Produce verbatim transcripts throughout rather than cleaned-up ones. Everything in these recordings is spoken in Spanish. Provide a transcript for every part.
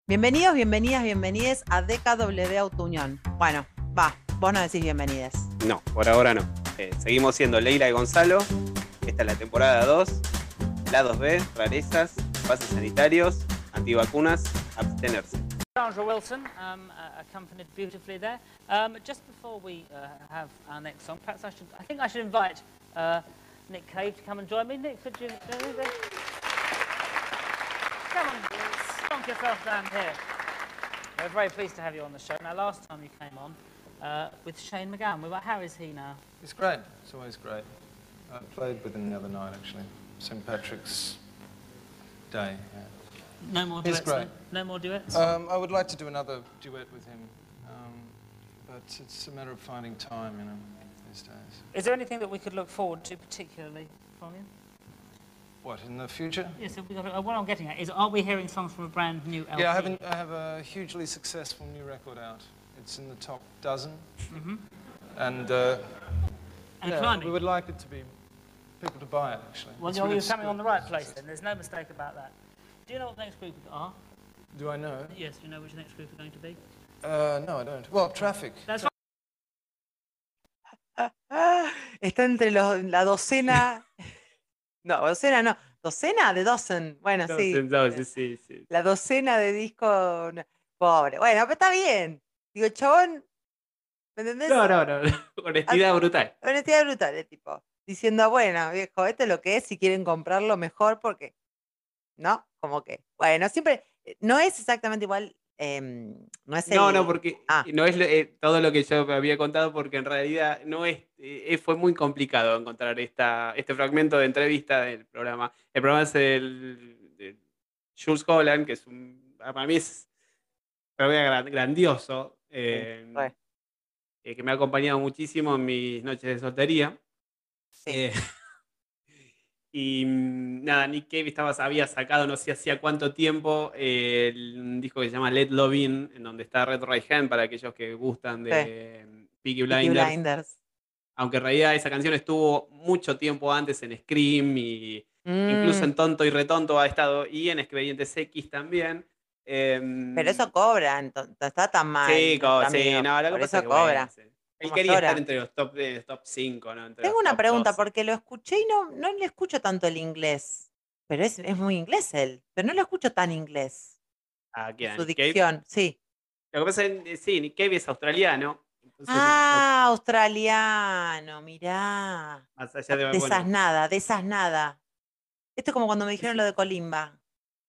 Bienvenidos, bienvenidas, bienvenides a D K W Autounión. Bueno, va, vos no decís bienvenides. No, por ahora no. Eh, seguimos siendo Leila y Gonzalo. Esta es la temporada dos. Lados B, rarezas, pases sanitarios, antivacunas, abstenerse. Sandra Wilson, um, uh, accompanied beautifully there. Um, just before we uh, have our next song, perhaps I should, I think I should invite uh, Nick Cave to come and join me. Nick, could you, uh, come on, plonk yourself down here. We're very pleased to have you on the show. Now, last time you came on uh, with Shane McGowan, we were, how is he now? He's great. It's always great. I played with him the other night, actually. Saint Patrick's Day. Yeah. No more He's duets? great. No, no more duets? Um, I would like to do another duet with him, um, but it's a matter of finding time, you know, these days. Is there anything that we could look forward to particularly from you? What, in the future? Yes, we got, uh, what I'm getting at is, are we hearing songs from a brand new L P? Yeah, I, haven't, I have a hugely successful new record out. It's in the top dozen, Mm-hmm. and, uh, And yeah, climbing? we would like it to be people to buy it, actually. Well, It's you're, really you're coming good. on the right place then. There's no mistake about that. Do you know what the next group are? Do I know? Yes, do you know which the next group are going to be? Uh, no, I don't. Well, Traffic. That's right. Ah, ah, está entre los, la docena. No, docena no. ¿Docena? De dozen. Bueno, sí. Entonces, sí, sí. La docena de discos. no, Pobre. Bueno, pero está bien. Digo, el chabón. ¿Me entendés? No, no, no. Honestidad brutal. Honestidad brutal, el tipo. Diciendo, bueno, viejo, esto es lo que es. Si quieren comprarlo, mejor, porque. ¿No? Como que. Bueno, siempre. No es exactamente igual. em, no es el. No, no, porque Ah. no es lo- eh, todo lo que yo me había contado, porque en realidad no es, eh, fue muy complicado encontrar esta, este fragmento de entrevista del programa. El programa es el de Jules Holland, que es un, para mí es para mí gran- grandioso, eh, re. eh, que me ha acompañado muchísimo en mis noches de soltería. Sí. Eh, y mm, nada, Nick Cave estaba, había sacado no sé hacía cuánto tiempo eh, el- un disco que se llama Let Love In, en donde está Red Right Hand para aquellos que gustan de Peaky Peaky Blinders. Blinders. Aunque en realidad esa canción estuvo mucho tiempo antes en Scream y Mm, incluso en Tonto y Retonto ha estado, y en Expedientes X también. Em, Pero eso cobra, entonces no está tan mal. Sí, co- nuestro sí, amigo. no, lo que Por pasa eso es que bueno, cobra. sí. Él ¿Cómo quería llora? estar entre los top, eh, top cinco, ¿no? Entre Tengo los una top pregunta, doce. porque lo escuché y no, no le escucho tanto el inglés. Pero es, es muy inglés él. Pero no lo escucho tan inglés. Ah, ¿quién? Su Nick Cave. dicción, sí. Lo que pasa es que sí, Nick Cave es australiano. Entonces, Ah, australiano, mirá. más allá de, De esas bueno, nada, de esas nada. Esto es como cuando me dijeron lo de Colimba.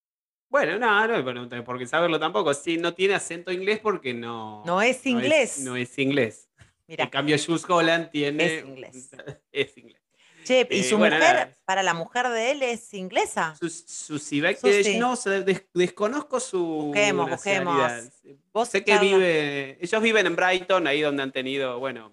bueno, no, no, bueno, no tenés por qué saberlo tampoco. Sí, no tiene acento inglés porque no. No es inglés. No es, inglés. Mirá, En cambio, Jules Holland tiene. es inglés. Es inglés. Che, ¿y Eh, su bueno, mujer, nada. para la mujer de él, es inglesa? Sus- Susie Beck, Susie. no, se- des- desconozco su Busquemos, busquemos. nacionalidad. Vos Sé que charla- vive. Ellos viven en Brighton, ahí donde han tenido, bueno,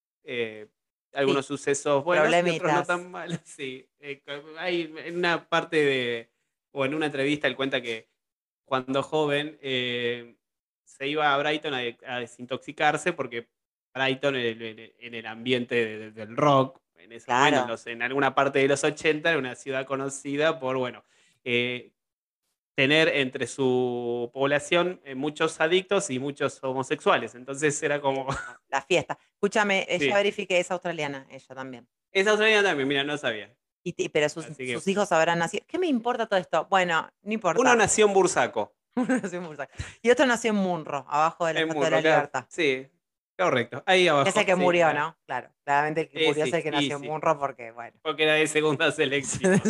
eh, algunos sucesos buenos y otros no Problemitas. tan malos. Sí. Eh, hay en una parte de. O en una entrevista él cuenta que cuando joven eh, se iba a Brighton a, a desintoxicarse porque Brighton en el, en el ambiente de- de- del rock, en ese Claro. momento, en, los- en alguna parte de los ochenta, era una ciudad conocida por, bueno, eh, tener entre su población eh, muchos adictos y muchos homosexuales. Entonces era como... La fiesta. Escúchame, ella Sí. verifique, es australiana, ella también. Es australiana también, mira, no sabía. Y, ti- pero sus, Así que- sus hijos habrán nacido. ¿Qué me importa todo esto? Bueno, no importa. Uno nació en Bursaco. Uno nació en Bursaco. Y otro nació en Munro, abajo de la En Estatua de la Murro, claro. Libertad. Sí, correcto. Ahí abajo. Es el que sí, murió, claro. ¿no? Claro. Claramente el que Eh, murió sí, es el que y nació en sí. Munro porque, bueno. Porque era de segunda selección.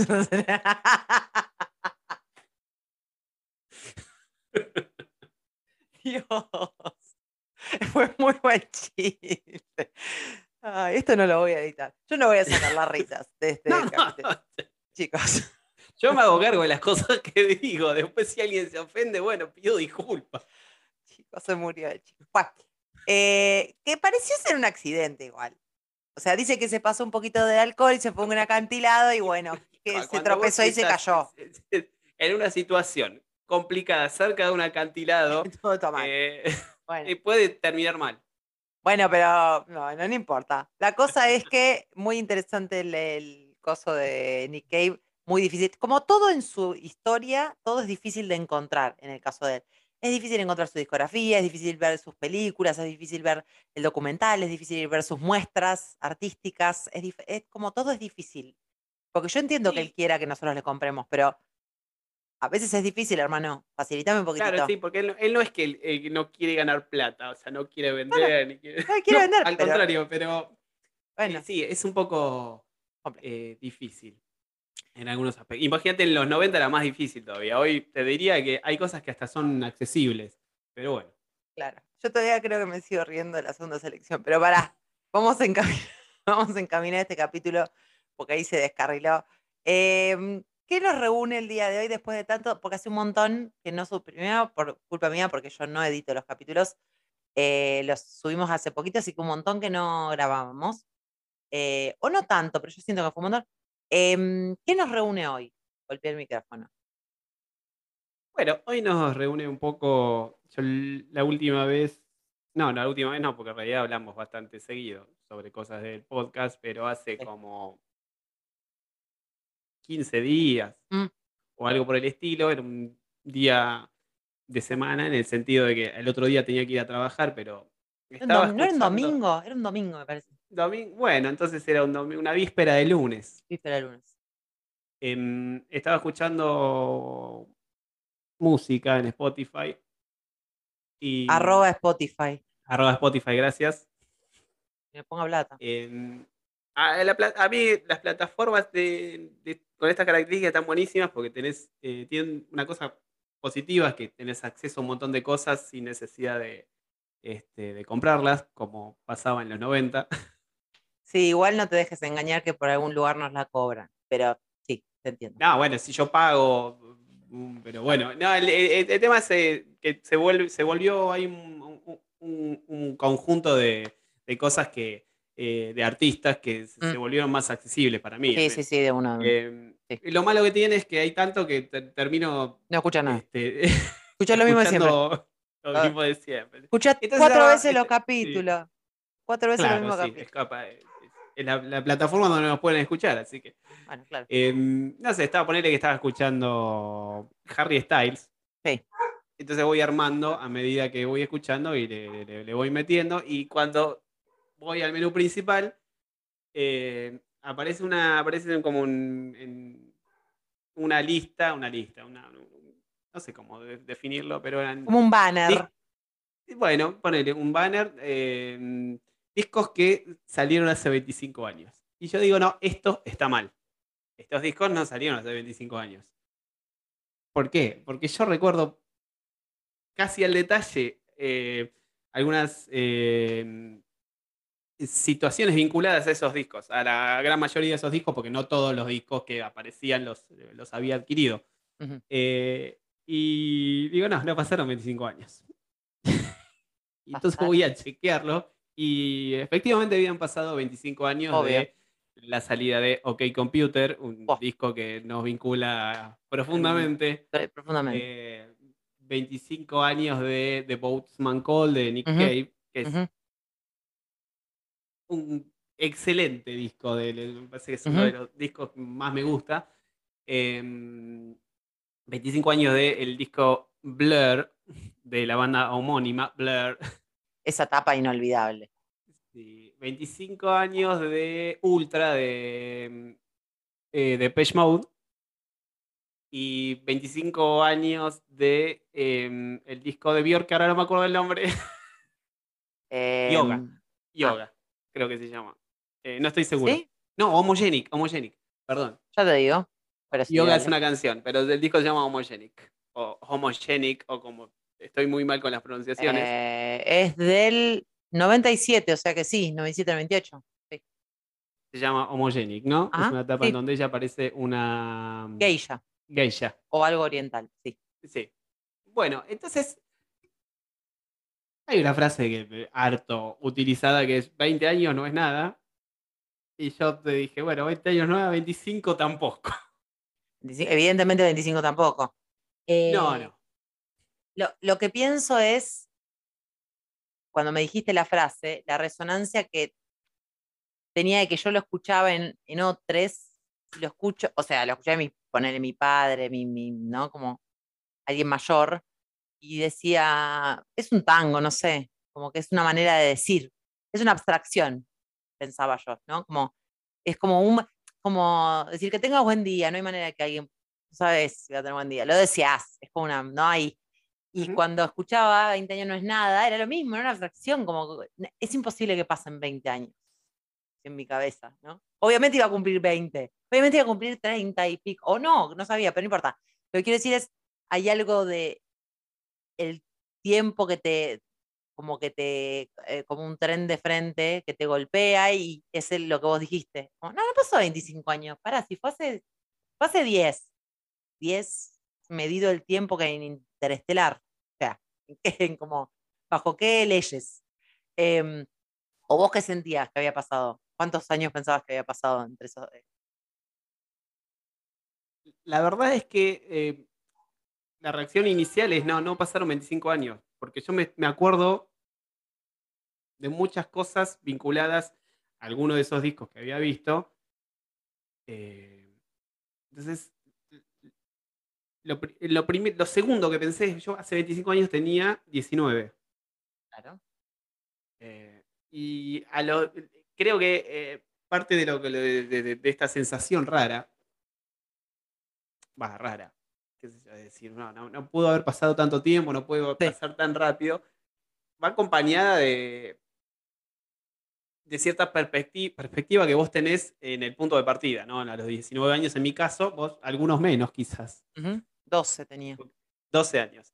Dios. Fue muy buen chiste. Ay, esto no lo voy a editar. Yo no voy a sacar las risas de este No, no, capítulo. Chicos. yo me hago cargo de las cosas que digo. Después, si alguien se ofende, bueno, pido disculpas. Chicos, se murió el chico. Bueno, eh, que pareció ser un accidente igual. O sea, dice que se pasó un poquito de alcohol y se fue en un acantilado y bueno, que se Cuando tropezó vos y se estás cayó. En una situación complicada cerca de un acantilado, Todo está mal. eh, Bueno. eh, puede terminar mal. Bueno, pero no, no, no importa. La cosa es que muy interesante el, el coso de Nick Cave, muy difícil. Como todo en su historia, todo es difícil de encontrar en el caso de él. Es difícil encontrar su discografía, es difícil ver sus películas, es difícil ver el documental, es difícil ver sus muestras artísticas, es, dif- es como todo es difícil. Porque yo entiendo que él Sí, quiera que nosotros le compremos, pero a veces es difícil, hermano. Facilítame un claro, poquitito. sí, porque él, no- él no es que él, eh, no quiere ganar plata, o sea, no quiere Claro, vender, ni quiere- no quiere no, vender, al pero contrario, pero eh, bueno, sí, es un poco complejo. eh, difícil en algunos aspectos. Imagínate, en los noventa era más difícil todavía. Hoy te diría que hay cosas que hasta son accesibles, pero bueno. Claro. Yo todavía creo que me sigo riendo de la segunda selección, pero pará, vamos a encaminar, vamos a encaminar este capítulo porque ahí se descarriló. Em, ¿qué nos reúne el día de hoy después de tanto? Porque hace un montón que no suprimimos por culpa mía, porque yo no edito los capítulos. Eh, los subimos hace poquito, así que un montón que no grabábamos. Eh, o no tanto, pero yo siento que fue un montón. Em, ¿qué nos reúne hoy? Golpeé el micrófono. Bueno, hoy nos reúne un poco. Yo l- la última vez. No, la última vez no, porque en realidad hablamos bastante seguido sobre cosas del podcast, pero hace Sí. como quince días Mm, o algo por el estilo. Era un día de semana en el sentido de que el otro día tenía que ir a trabajar, pero era un estaba dom- no era un escuchando. domingo, era un domingo, me parece. Domingo, bueno, entonces era un domi- una víspera de lunes. Víspera de lunes. Em, estaba escuchando música en Spotify y Arroba Spotify. arroba Spotify, gracias. Me ponga plata. Em, a, la pla- a mí las plataformas de, de- con estas características están buenísimas porque tenés, eh, tienen una cosa positiva, es que tenés acceso a un montón de cosas sin necesidad de, este, de comprarlas, como pasaba en los noventa. Sí, igual no te dejes engañar que por algún lugar nos la cobran, pero sí, te entiendo. No, bueno, si yo pago, mm, pero bueno, no, el, el- el tema es eh, que se, vuelve, se volvió, hay un, un- un- un conjunto de, de cosas que, eh, de artistas que se se Mm, volvieron más accesibles para mí, al sí, sí, menos. sí, de una, de una. Eh, Sí. y lo malo que tiene es que hay tanto que ter- termino No escuchas nada. este, Escuchás lo mismo de siempre. escuchando lo Ah, mismo de siempre. escuchás Entonces, cuatro ah, veces los este, sí, capítulos. Cuatro veces los claro, mismos sí, es capítulos. capaz, es, es la, la plataforma donde nos pueden escuchar, así que. Bueno, claro. Eh, no sé, estaba ponerle que estaba escuchando Harry Styles. Sí. Entonces voy armando a medida que voy escuchando y le, le- le voy metiendo. Y cuando voy al menú principal, eh, aparece una, aparece como un- en una lista, una lista, una, no sé cómo de- definirlo, pero eran Como un dis- banner. bueno, ponele un banner, eh, discos que salieron hace veinticinco años. Y yo digo, no, esto está mal. Estos discos no salieron hace veinticinco años. ¿Por qué? Porque yo recuerdo casi al detalle eh, algunas eh, situaciones vinculadas a esos discos, a la gran mayoría de esos discos, porque no todos los discos que aparecían los, los había adquirido. Ujú. Eh, y digo, no, no pasaron veinticinco años. Y entonces voy Pasaron. a chequearlo y efectivamente habían pasado veinticinco años Obvio. de la salida de OK Computer, un Oh, disco que nos vincula mm, profundamente. eh, profundamente. eh, veinticinco años de The Boatman Call de Nick Ujú, Cave, que es ujú, un excelente disco, de, de- me parece que es uno de ujú. los discos que más me gusta. Em, veinticinco años del disco Blur, de la banda homónima, Blur. Esa etapa inolvidable. Sí, veinticinco años de Ultra, de eh, Depeche Mode. Y veinticinco años de em, el disco de Björk, que ahora no me acuerdo el nombre. Yoga. Em, ah, Yoga, creo que se llama. Eh, no estoy seguro. ¿sí? No, Homogenic, Homogenic, perdón. Ya te digo. Pero sí, Yoga es dale. una canción, pero el disco se llama Homogenic. O Homogenic, o como. Estoy muy mal con las pronunciaciones. Eh, es del noventa y siete, o sea que sí, noventa y siete, noventa y ocho. Sí. Se llama Homogenic, ¿no? Es Ajá, una etapa en sí, donde ella parece una mm, geisha geisha. o algo oriental, sí. Sí. Bueno, entonces hay una frase que eh, harto utilizada que es veinte años no es nada. Y yo te dije, bueno, veinte años no es nada, veinticinco tampoco. veinticinco Evidentemente veinticinco tampoco. No, Eh, no. lo, lo que pienso es, cuando me dijiste la frase, la resonancia que tenía de que yo lo escuchaba en, en otros, lo escucho, o sea, lo escuché de mi, ponerle mi padre, mi, mi, ¿no? Como alguien mayor, y decía, es un tango, no sé, como que es una manera de decir, es una abstracción, pensaba yo, ¿no? Como, es como un, como decir que tengas buen día, no hay manera de que alguien, no sabes si va a tener buen día, lo deseas, es como una, no hay. Y Ujú. cuando escuchaba veinte años no es nada, era lo mismo, era una abstracción, como es imposible que pasen veinte años en mi cabeza, ¿no? Obviamente iba a cumplir veinte, obviamente iba a cumplir treinta y pico, o no, no sabía, pero no importa. Lo que quiero decir es, hay algo de el tiempo que te, como que te, eh, como un tren de frente que te golpea y es el- lo que vos dijiste. Como, no, no pasó veinticinco años, pará, si fue hace, fue hace diez, diez medido el tiempo que hay en Interestelar, o sea, en como, bajo qué leyes. Em, ¿O vos qué sentías que había pasado? ¿Cuántos años pensabas que había pasado entre esos? eh? La verdad es que eh, la reacción inicial es, no, no pasaron veinticinco años, porque yo me, me acuerdo de muchas cosas vinculadas a alguno de esos discos que había visto. eh, entonces, lo, pri- lo, prime- lo segundo que pensé, yo hace veinticinco años tenía diecinueve. Claro. eh, y a lo, creo que eh, parte de, lo, que- de, de- de esta sensación rara, va, rara, qué sé yo, de decir, no, no, no pudo haber pasado tanto tiempo, no puede Sí. pasar tan rápido, va acompañada de, de cierta perspectiva, perspectiva que vos tenés en el punto de partida, ¿no? A los diecinueve años, en mi caso, vos algunos menos quizás, Ujú. doce tenía. doce años.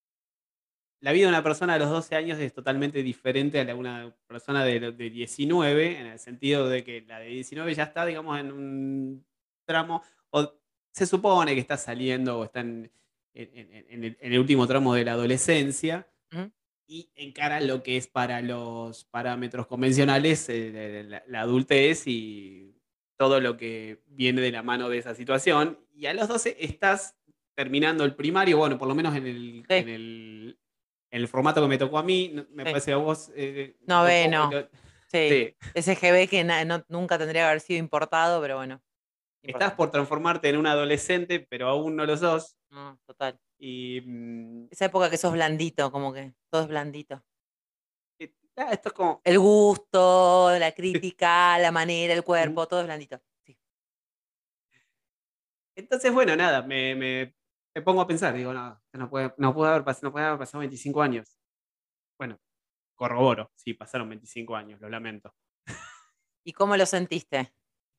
La vida de una persona a los doce años es totalmente diferente a la de una persona de, de diecinueve, en el sentido de que la de diecinueve ya está, digamos, en un tramo, o se supone que está saliendo o está en, en- en- en el, en el último tramo de la adolescencia, Ujú. y encara lo que es para los parámetros convencionales eh, la, la adultez y todo lo que viene de la mano de esa situación. Y a los doce estás terminando el primario, bueno, por lo menos en el, en Sí, el, en el formato que me tocó a mí, no- me sí. parece que a vos eh, te tocó... Noveno. lo- Sí. sí, Ese G B que na- no- nunca tendría que haber sido importado, pero bueno, no estás importa. por transformarte en un adolescente, pero aún no lo sos. No, total. Y mm, Esa época que sos blandito, como que todo es blandito. eh, ah, esto es como... El gusto, la crítica, la manera, el cuerpo, todo es blandito. Sí. Entonces, bueno, nada, me, me- me pongo a pensar, digo, no, no puede, no puede haber pasado, no puede haber pasado veinticinco años. Bueno, corroboro, sí, pasaron veinticinco años, lo lamento. ¿Y cómo lo sentiste?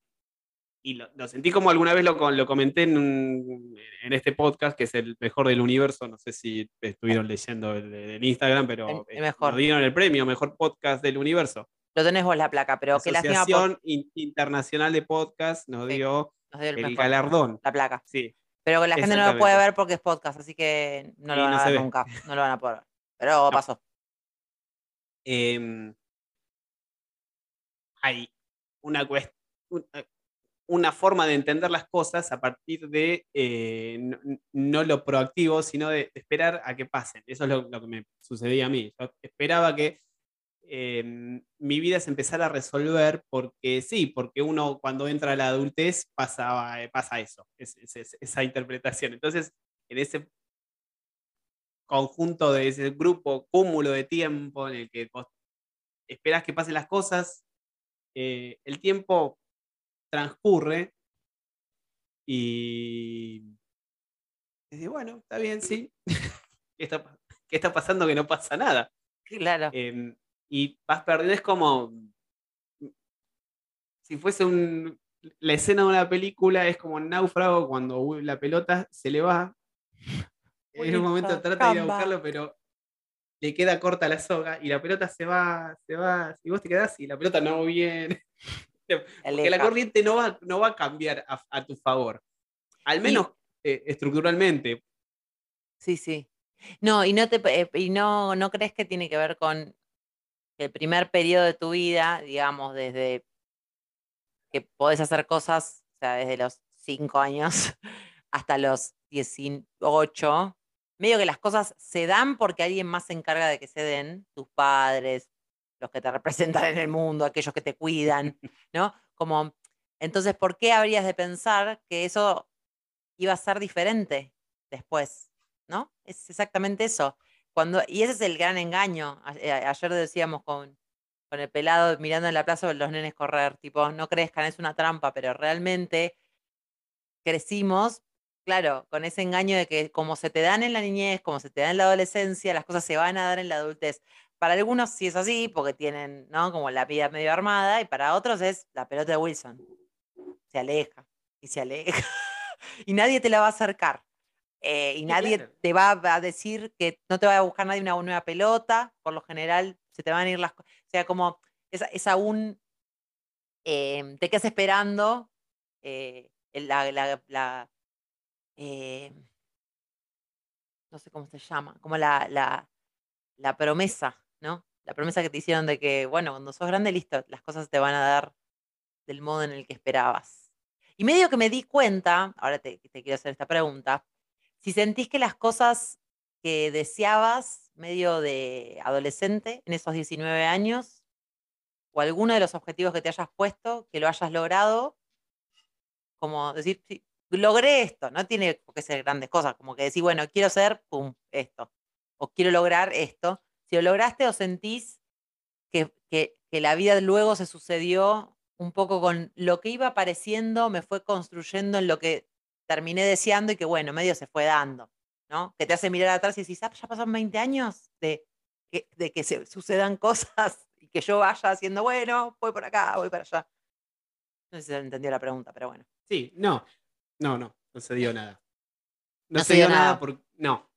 Y lo, lo sentí como alguna vez lo, co- lo comenté en, un- en este podcast, que es el mejor del universo, no sé si estuvieron leyendo el, de- del Instagram, El, pero el eh, nos mejor. dieron el premio, mejor podcast del universo. Lo tenés vos la placa, La pero qué lástima porque Asociación In- Internacional de Podcast nos sí, dio nos dio el el mejor, galardón. la placa. Sí, Pero la gente no lo puede exactamente. ver porque es podcast, así que no lo Y van no a se ver ve. nunca. No lo van a poder ver. Pero No. pasó. Em, hay una cuestión, una forma de entender las cosas a partir de eh, no, no lo proactivo, sino de esperar a que pasen. Eso es lo, lo que me sucedía a mí. Yo esperaba que eh, mi vida se empezara a resolver porque sí, porque uno cuando entra a la adultez pasa, eh, pasa eso, es, es- es- esa interpretación. Entonces, en ese conjunto de ese grupo, cúmulo de tiempo en el que vos esperás que pasen las cosas, eh, el tiempo transcurre y dice, bueno, está bien, sí. ¿Qué está, pa- qué está pasando que no pasa nada? Claro. Eh, y vas perdiendo, es como si fuese un, la escena de una película, es como un náufrago cuando uh, la pelota se le va. En un momento Wilson, trata de ir a Camba. buscarlo, pero le queda corta la soga y la pelota se va, se va, y vos te quedás y la pelota no viene. Porque la Aleja. corriente no va, no va a cambiar a, a tu favor. Al Y menos eh, estructuralmente. sí, sí. No, y no te eh, y no, no crees que tiene que ver con el primer periodo de tu vida, digamos, desde que podés hacer cosas, o sea, desde los cinco años hasta los dieciocho, medio que las cosas se dan porque alguien más se encarga de que se den, tus padres, los que te representan en el mundo, aquellos que te cuidan, ¿no? Como, entonces, ¿por qué habrías de pensar que eso iba a ser diferente después? ¿no? Es exactamente eso. Cuando, y ese es el gran engaño. A- eh, ayer decíamos con, con el pelado mirando en la plaza los nenes correr, tipo, no crezcan, es una trampa, pero realmente crecimos, claro, con ese engaño de que como se te dan en la niñez, como se te dan en la adolescencia, las cosas se van a dar en la adultez. Para algunos sí es así, porque tienen, ¿no? Como la vida medio armada, y para otros es la pelota de Wilson. Se aleja y se aleja. Y nadie te la va a acercar. Eh, y Sí, nadie claro. te va a decir que no te va a buscar nadie una nueva pelota. Por lo general, se te van a ir las cosas. O sea, como es, es aún, eh, te quedas esperando eh, la, la, la, eh, no sé cómo se llama, como la, la, la promesa, ¿no? La promesa que te hicieron de que, bueno, cuando sos grande, listo, las cosas te van a dar del modo en el que esperabas. Y medio que me di cuenta, ahora te, te quiero hacer esta pregunta, si sentís que las cosas que deseabas medio de adolescente en esos diecinueve años, o alguno de los objetivos que te hayas puesto, que lo hayas logrado, como decir, sí, logré esto, no tiene por qué ser grandes cosas, como que decir, bueno, quiero ser, pum, esto, o quiero lograr esto. Si lo lograste o sentís que, que, que la vida luego se sucedió un poco con lo que iba apareciendo, me fue construyendo en lo que terminé deseando y que bueno, medio se fue dando, ¿no? Que te hace mirar atrás y decís, ah, ya pasaron veinte años de que, de que se sucedan cosas y que yo vaya haciendo, bueno, voy por acá, voy para allá. No sé si se entendió la pregunta, pero bueno. Sí, no, no, no, no se dio nada. No No se se dio dio nada nada. por, no,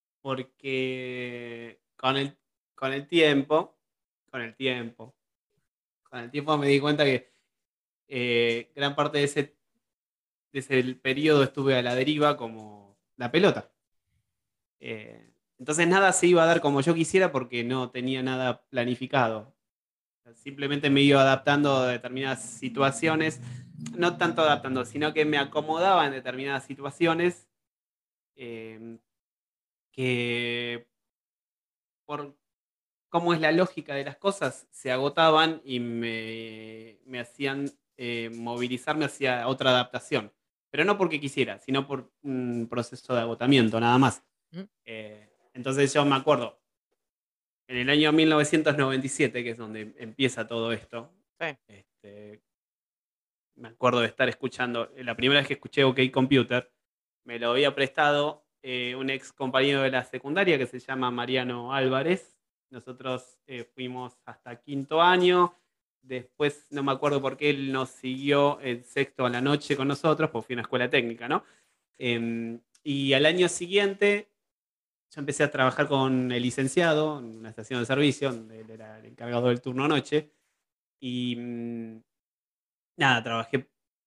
porque con el, con el tiempo, con el tiempo, con el tiempo me di cuenta que eh, gran parte de ese, de ese periodo estuve a la deriva como la pelota. Eh, entonces nada se iba a dar como yo quisiera porque no tenía nada planificado. Simplemente me iba adaptando a determinadas situaciones, no tanto adaptando, sino que me acomodaba en determinadas situaciones eh, que por cómo es la lógica de las cosas se agotaban y me, me hacían eh, movilizarme hacia otra adaptación. Pero no porque quisiera, sino por un proceso de agotamiento, nada más. ¿Mm? Eh, entonces yo me acuerdo, en el año mil novecientos noventa y siete, que es donde empieza todo esto, Sí. este, me acuerdo de estar escuchando, la primera vez que escuché OK Computer, me lo había prestado eh, un ex compañero de la secundaria que se llama Mariano Álvarez. Nosotros eh, fuimos hasta quinto año, después no me acuerdo por qué él nos siguió el sexto a la noche con nosotros, porque fui a una escuela técnica, ¿no? Eh, y al año siguiente yo empecé a trabajar con el licenciado en una estación de servicio, donde él era el encargado del turno noche, y mm, nada, trabajé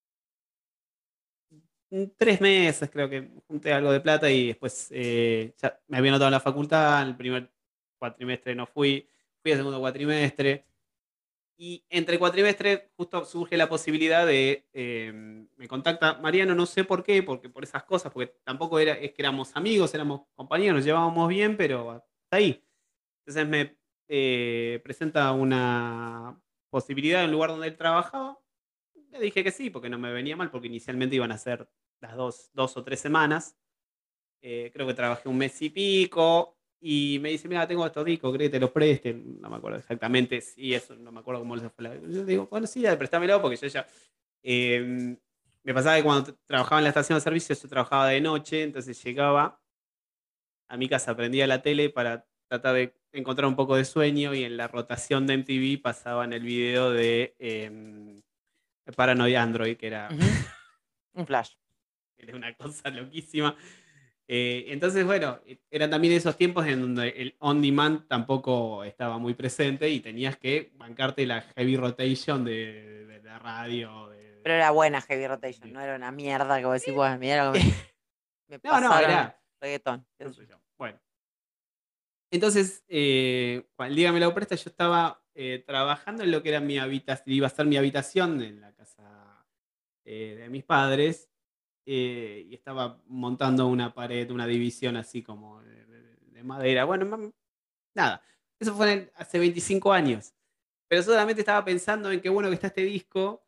tres meses, creo que junté algo de plata y después eh, ya me había anotado en la facultad, el primer cuatrimestre no fui, fui al segundo cuatrimestre y entre cuatrimestre justo surge la posibilidad de, eh, me contacta Mariano, no sé por qué, porque por esas cosas, porque tampoco era, es que éramos amigos, éramos compañeros, nos llevábamos bien, pero hasta ahí. Entonces me eh, presenta una posibilidad en un lugar donde él trabajaba. Le dije que sí, porque no me venía mal, porque inicialmente iban a ser las dos, dos o tres semanas. Eh, creo que trabajé un mes y pico. Y me dice, mira, tengo estos discos, ¿crees que te los preste? No me acuerdo exactamente. Sí, eso, no me acuerdo cómo les fue la... Yo digo, bueno, sí, préstamelo, porque yo ya... eh, me pasaba que cuando trabajaba en la estación de servicio, yo trabajaba de noche, entonces llegaba a mi casa, prendía la tele para tratar de encontrar un poco de sueño y en la rotación de M T V pasaban el video de eh, Paranoia Android, que era, Ujú. Un flash. era una cosa loquísima. Eh, entonces, bueno, eran también esos tiempos en donde el on demand tampoco estaba muy presente y tenías que bancarte la heavy rotation de, de la radio. De, Pero era buena Heavy Rotation, de- no era una mierda que vos decís, bueno, mira lo que me, me no, no, pasaron era. reggaetón. Qué sé yo. Bueno. Entonces, eh, cuando el día me lo presta, yo estaba eh, trabajando en lo que era mi habitación, iba a ser mi habitación en la casa eh, de mis padres, eh, y estaba montando una pared, una división así como de, de- de madera. Bueno, mam- nada, eso fue en el- hace veinticinco años, pero solamente estaba pensando en qué bueno que está este disco.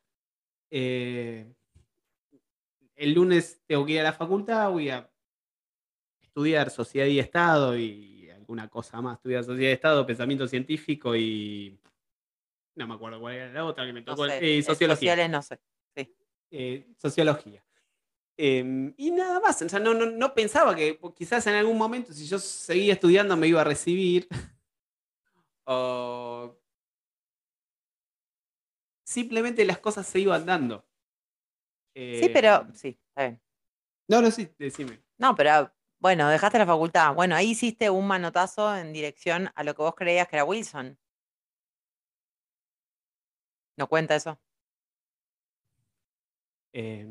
eh, el lunes tengo que ir a la facultad, voy a estudiar sociedad y Estado y alguna cosa más, estudiar sociedad y Estado, pensamiento científico y no me acuerdo cuál era la otra que me No tocó, sé, eh, eh, sociología. sociales no sé. Sí. eh, sociología. Eh, y nada más, o sea, no, no, no pensaba que pues, quizás en algún momento, si yo seguía estudiando, me iba a recibir. O simplemente las cosas se iban dando. Sí, Eh, pero sí, está bien. no, no, sí, decime. No, pero bueno, dejaste la facultad. Bueno, ahí hiciste un manotazo en dirección a lo que vos creías que era Wilson. ¿No cuenta eso? Eh,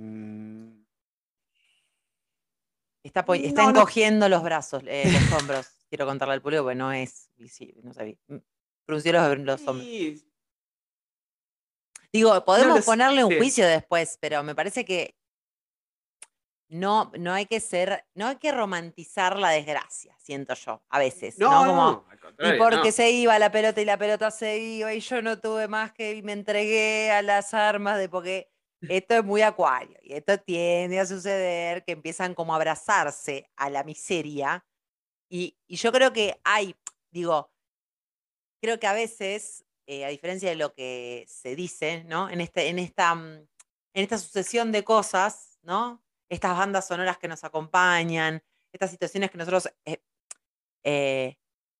Está, apoy- está no, no. encogiendo los brazos, eh, los hombros. Quiero contarle al público, porque no es visible, no sabía. Mm, Frunció los, los hombros. Sí, Digo, no podemos lo sé. ponerle un juicio después, pero me parece que no, no hay que ser, no hay que romantizar la desgracia, siento yo, a veces, ¿no? No, Como, no, al y contrario, porque no. se iba la pelota y la pelota se iba y yo no tuve más que y me entregué a las armas de porque esto es muy acuario y esto tiende a suceder que empiezan como a abrazarse a la miseria y, y yo creo que hay, digo, creo que a veces, eh, a diferencia de lo que se dice, ¿no? En, este, en, esta, mm, en esta sucesión de cosas, ¿no? Estas bandas sonoras que nos acompañan, estas situaciones que nosotros eh, eh,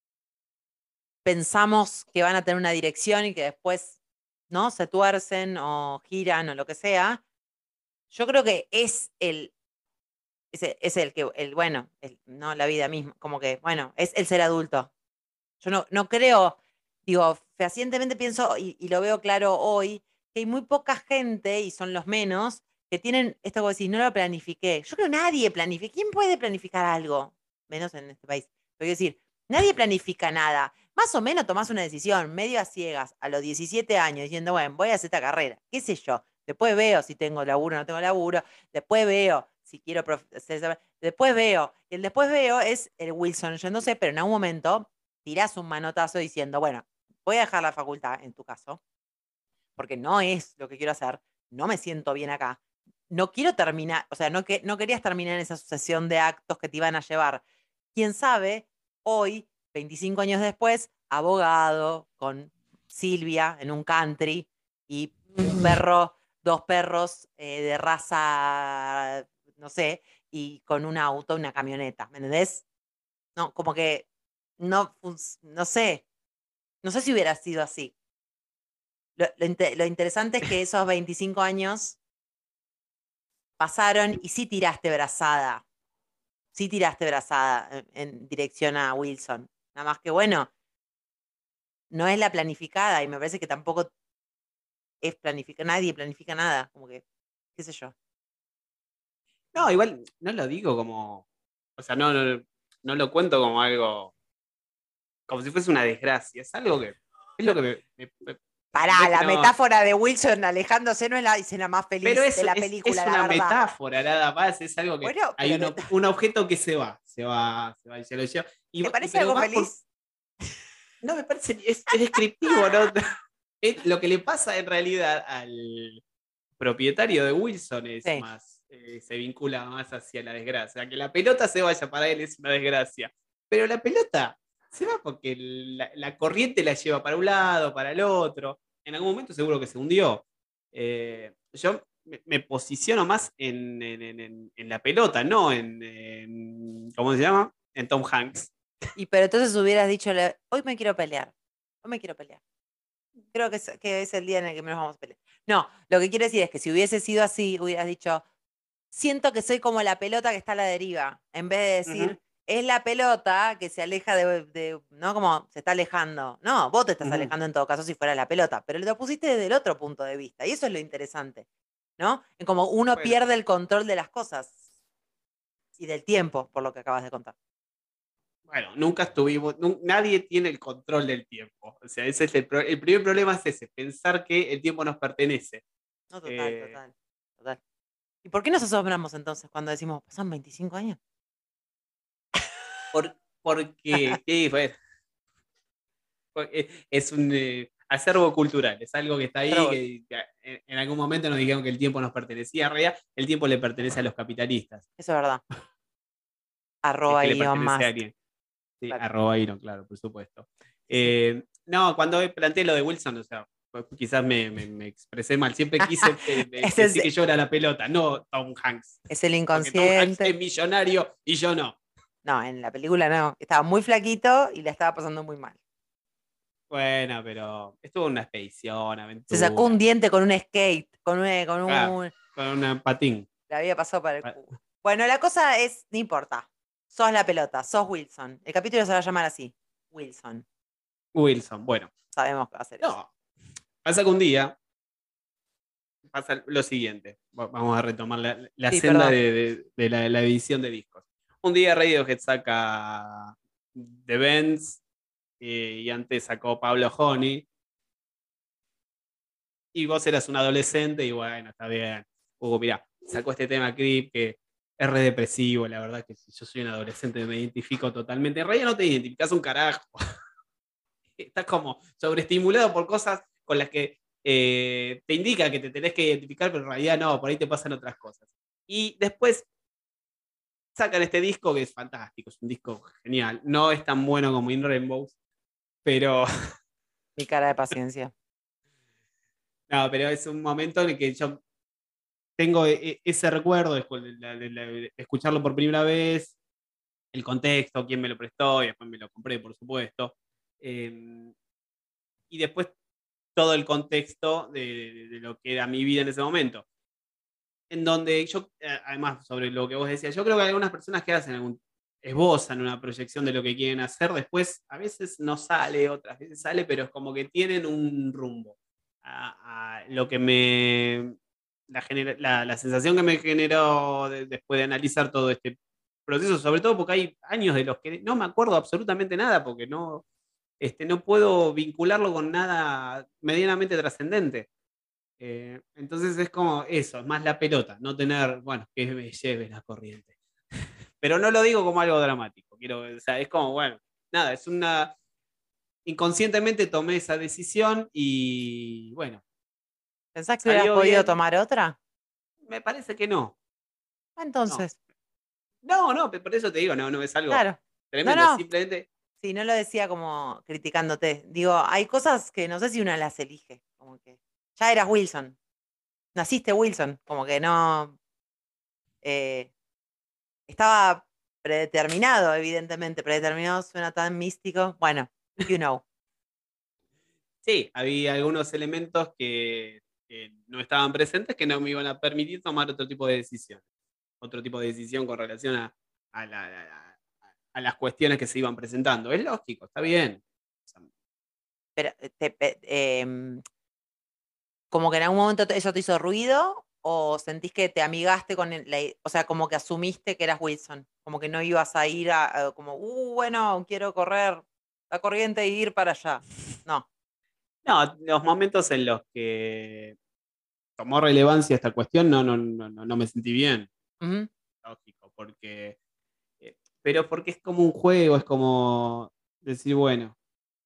pensamos que van a tener una dirección y que después, ¿no? Se tuercen o giran o lo que sea. Yo creo que es el, es el, es el que, el, bueno, el, no la vida misma, como que, bueno, es el ser adulto. Yo no, no creo, digo, fehacientemente pienso y, y lo veo claro hoy, que hay muy poca gente, y son los menos, que tienen esto que vos decís, no lo planifiqué. Yo creo que nadie planifica. ¿Quién puede planificar algo? Menos en este país. Pero quiero decir, nadie planifica nada. Más o menos tomás una decisión, medio a ciegas, a los diecisiete años, diciendo, bueno, voy a hacer esta carrera. ¿Qué sé yo? Después veo si tengo laburo o no tengo laburo. Después veo si quiero prof- hacer- Después veo. Y el después veo es el Wilson. Yo no sé, pero en algún momento tirás un manotazo diciendo, bueno, voy a dejar la facultad, en tu caso, porque no es lo que quiero hacer, no me siento bien acá, no quiero terminar, o sea, no, que, no querías terminar en esa sucesión de actos que te iban a llevar. Quién sabe, hoy, veinticinco años después, abogado, con Silvia en un country y un perro, dos perros eh, de raza, no sé, y con un auto, una camioneta, ¿me entendés? No, como que no, no sé, no sé si hubiera sido así. Lo, lo, inte- lo interesante es que esos veinticinco años pasaron y sí tiraste brazada, sí tiraste brazada en, en dirección a Wilson. Nada más que bueno, no es la planificada y me parece que tampoco es planificada, nadie planifica nada, como que, qué sé yo. No, igual no lo digo como. O sea, no, no, no lo cuento como algo. Como si fuese una desgracia. Es algo que. Es lo que me. me- me- no Pará, es que la no. metáfora de Wilson alejándose no es la escena más Pero feliz es, de la es, es película, la una verdad. metáfora, nada más. Es algo que. Bueno, Hay pero un, no- ob- un objeto que se va. Se va, se va y se lo lleva. Y, ¿te y- parece pero algo va por. feliz? No, me parece. Es, es descriptivo, ¿no? Es lo que le pasa en realidad al propietario de Wilson es Sí. más, eh, se vincula más hacia la desgracia. Que la pelota se vaya para él es una desgracia. Pero la pelota se va porque la, la corriente la lleva para un lado, para el otro. En algún momento seguro que se hundió. Eh, yo me, me posiciono más en, en- en- en- en la pelota, no en, en- ¿cómo se llama? En Tom Hanks. Y pero entonces hubieras dicho, hoy me quiero pelear, hoy me quiero pelear. Creo que es, que es el día en el que menos vamos a pelear. No, lo que quiero decir es que si hubiese sido así, hubieras dicho, siento que soy como la pelota que está a la deriva, en vez de decir, Ujú, es la pelota que se aleja de, de- ¿no? Como se está alejando. No, vos te estás ujú. alejando en todo caso si fuera la pelota, pero lo pusiste desde el otro punto de vista, y eso es lo interesante, ¿no? En como uno Bueno, pierde el control de las cosas y del tiempo, por lo que acabas de contar. Bueno, nunca estuvimos, nu- nadie tiene el control del tiempo. O sea, ese es el, pro- el primer problema es ese, pensar que el tiempo nos pertenece. No, total, Eh, total, total. ¿Y por qué nos asombramos entonces cuando decimos, pasan veinticinco años? por- porque sí, bueno, porque es un eh, acervo cultural, es algo que está ahí, Pero que, que en, en algún momento nos dijeron que el tiempo nos pertenecía. En realidad, el tiempo le pertenece a los capitalistas. eso es verdad. Arroba es que le Elon pertenece a Musk. alguien. Sí, Claro. arroba Elon, claro, por supuesto. Eh, no, cuando planteé lo de Wilson, o sea, pues, quizás me, me- me expresé mal. Siempre quise eh, eh, Ese es, decir que yo era la pelota, no Tom Hanks. es el Porque Tom Hanks es inconsciente. millonario y yo no. No, en la película no. Estaba muy flaquito y la estaba pasando muy mal. Bueno, pero estuvo en una expedición, Se sacó un aventura. diente con un skate, con un, con Ah, un. con un patín. Le había pasado para el Ah, culo. Bueno, la cosa es, no importa. Sos la pelota, sos Wilson. El capítulo se va a llamar así. Wilson. Wilson, bueno. Sabemos que va a ser eso. No, pasa que un día pasa lo siguiente. Va- Vamos a retomar la, la Sí, senda perdón. de, de- de la, la edición de discos. Un día Radiohead saca The Bends eh, y antes sacó Pablo Honey. Y vos eras un adolescente y bueno, está bien. Hugo, mirá, sacó este tema Creep que es re depresivo, la verdad que si yo soy un adolescente me identifico totalmente. En realidad no te identificás un carajo. Estás como sobreestimulado por cosas con las que eh, te indica que te tenés que identificar, pero en realidad no, por ahí te pasan otras cosas. Y después sacan este disco que es fantástico, es un disco genial. No es tan bueno como In Rainbows, pero Mi cara de paciencia. no, pero es un momento en el que yo tengo e- ese recuerdo de, escu- de la- de la- de escucharlo por primera vez, el contexto, quién me lo prestó, y después me lo compré, por supuesto. Eh, y después todo el contexto de, de- de lo que era mi vida en ese momento. En donde yo, eh, además, sobre lo que vos decías, yo creo que hay algunas personas que hacen algún, esbozan una proyección de lo que quieren hacer, después a veces no sale, otras veces sale, pero es como que tienen un rumbo. A, a lo que me. La, genera- la, la sensación que me generó de- después de analizar todo este proceso, sobre todo porque hay años de los que no me acuerdo absolutamente nada, porque no, este, no puedo vincularlo con nada medianamente trascendente. Eh, entonces es como eso, es más la pelota, no tener, bueno, que me lleve la corriente. Pero no lo digo como algo dramático, quiero, o sea, es como, bueno, nada, es una. Inconscientemente tomé esa decisión y bueno, ¿Pensás que hubieras salió podido bien. tomar otra? Me parece que no. Ah, No, entonces, no, no, por eso te digo, no, no es algo claro. No, tremendo, es no. simplemente. Sí, no lo decía como criticándote. Digo, hay cosas que no sé si una las elige. Como que ya eras Wilson. Naciste Wilson. Como que no. eh, estaba predeterminado, evidentemente. Predeterminado suena tan místico. Bueno, you know. Sí, había algunos elementos que, que no estaban presentes que no me iban a permitir tomar otro tipo de decisión. Otro tipo de decisión con relación a, a la- a- a las cuestiones que se iban presentando. Es lógico, está bien. O sea, Pero, eh, te, pe- em, como que en algún momento te- eso te hizo ruido o sentís que te amigaste con el, la i- o sea, como que asumiste que eras Wilson, como que no ibas a ir a, a como, uh, bueno, quiero correr la corriente e ir para allá. No. no, los momentos en los que tomó relevancia esta cuestión no, no, no, no, no me sentí bien, Ujú. lógico, porque, eh, pero porque es como un juego, es como decir, bueno,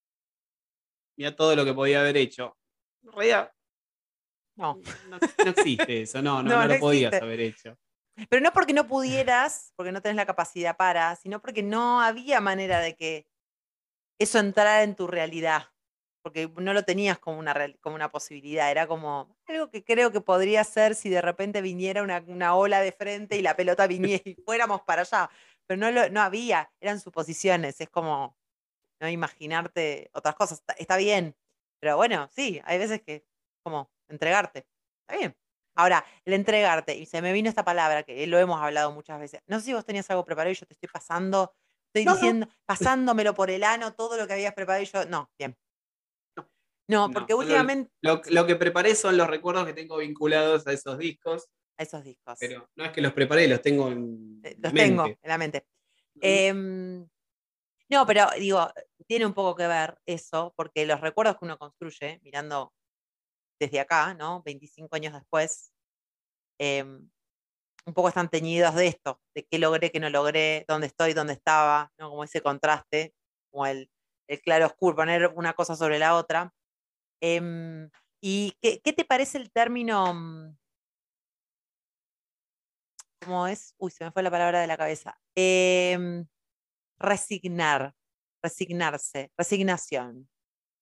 mira todo lo que podía haber hecho. En realidad, No, no, no existe eso, no, no, no, no no lo podías existe. haber hecho. Pero no porque no pudieras, porque no tenés la capacidad para, sino porque no había manera de que eso entrara en tu realidad, porque no lo tenías como una, real- como una posibilidad, era como algo que creo que podría ser si de repente viniera una, una ola de frente y la pelota viniera y fuéramos para allá, pero no, lo, no había, eran suposiciones, es como no imaginarte otras cosas, está, está bien, pero bueno, sí, hay veces que como entregarte, está bien. Ahora, el entregarte, y se me vino esta palabra que lo hemos hablado muchas veces, no sé si vos tenías algo preparado y yo te estoy pasando, estoy No, no, diciendo, pasándomelo por el ano, todo lo que habías preparado y yo, no, bien. no, No, no, porque solo últimamente, lo, sí, lo que preparé son los recuerdos que tengo vinculados a esos discos, a esos discos, pero no es que los preparé, los tengo en eh, la los tengo mente. en la mente. Ujú. Em, no, pero digo, tiene un poco que ver eso, porque los recuerdos que uno construye, mirando desde acá, ¿no? veinticinco años después, em, un poco están teñidos de esto, de qué logré, qué no logré, dónde estoy, dónde estaba, ¿no? Como ese contraste, como el, el claro oscuro, poner una cosa sobre la otra. Em, ¿Y qué, qué te parece el término mm, ¿cómo es? Uy, se me fue la palabra de la cabeza. Em, resignar, resignarse, resignación.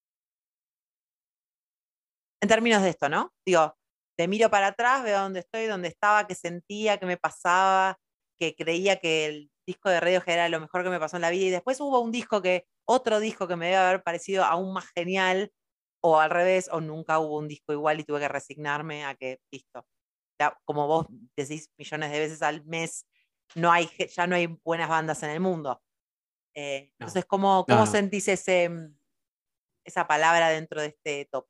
En términos de esto, ¿no? Digo, te miro para atrás, veo dónde estoy, dónde estaba, qué sentía, qué me pasaba, que creía que el disco de Radiohead era lo mejor que me pasó en la vida, y después hubo un disco que, otro disco que me debe haber parecido aún más genial, o al revés, o nunca hubo un disco igual y tuve que resignarme a que, listo, ya, como vos decís millones de veces al mes, no hay, ge- ya no hay buenas bandas en el mundo. Eh, No, entonces, ¿cómo, no, cómo no. sentís ese, mm, esa palabra dentro de este top?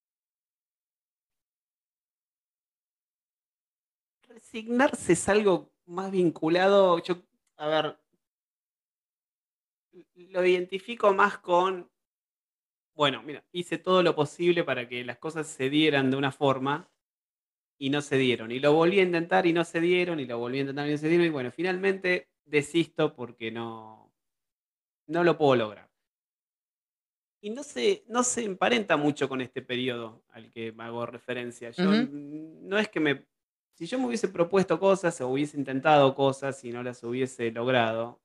Resignarse es algo más vinculado, yo, a ver, lo identifico más con, bueno, mira, hice todo lo posible para que las cosas se dieran de una forma y no se dieron. Y lo volví a intentar y no se dieron, y lo volví a intentar y no se dieron, y bueno, finalmente desisto porque no, no lo puedo lograr. Y no se, no se emparenta mucho con este periodo al que hago referencia. Yo Ujú. mm, no es que me. Si yo me hubiese propuesto cosas o hubiese intentado cosas y no las hubiese logrado,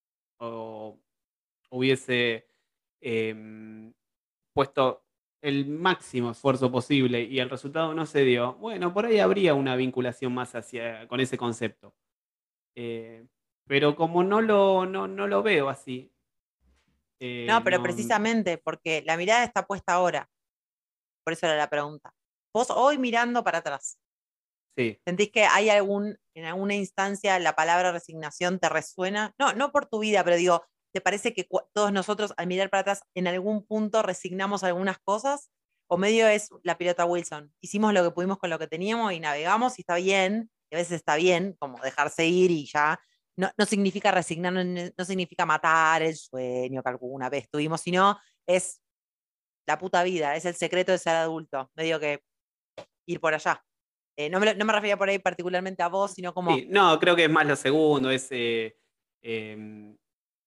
o hubiese em, puesto el máximo esfuerzo posible y el resultado no se dio, bueno, por ahí habría una vinculación más hacia, con ese concepto. Eh, pero como no lo, no, no lo veo así, eh, No, pero no. precisamente porque la mirada está puesta ahora. Por eso era la pregunta. Vos hoy mirando para atrás, Sí. ¿sentís que hay algún, en alguna instancia la palabra resignación te resuena? No, no por tu vida, pero digo, ¿te parece que cu- todos nosotros al mirar para atrás en algún punto resignamos algunas cosas? ¿O medio es la pilota Wilson? Hicimos lo que pudimos con lo que teníamos y navegamos y está bien, y a veces está bien, como dejarse ir y ya. No, no significa resignar, no, no significa matar el sueño que alguna vez tuvimos, sino es la puta vida, es el secreto de ser adulto, medio que ir por allá. Eh, no, me, lo- no me refería por ahí particularmente a vos, sino como, Sí, no, creo que es más lo segundo, es eh, em,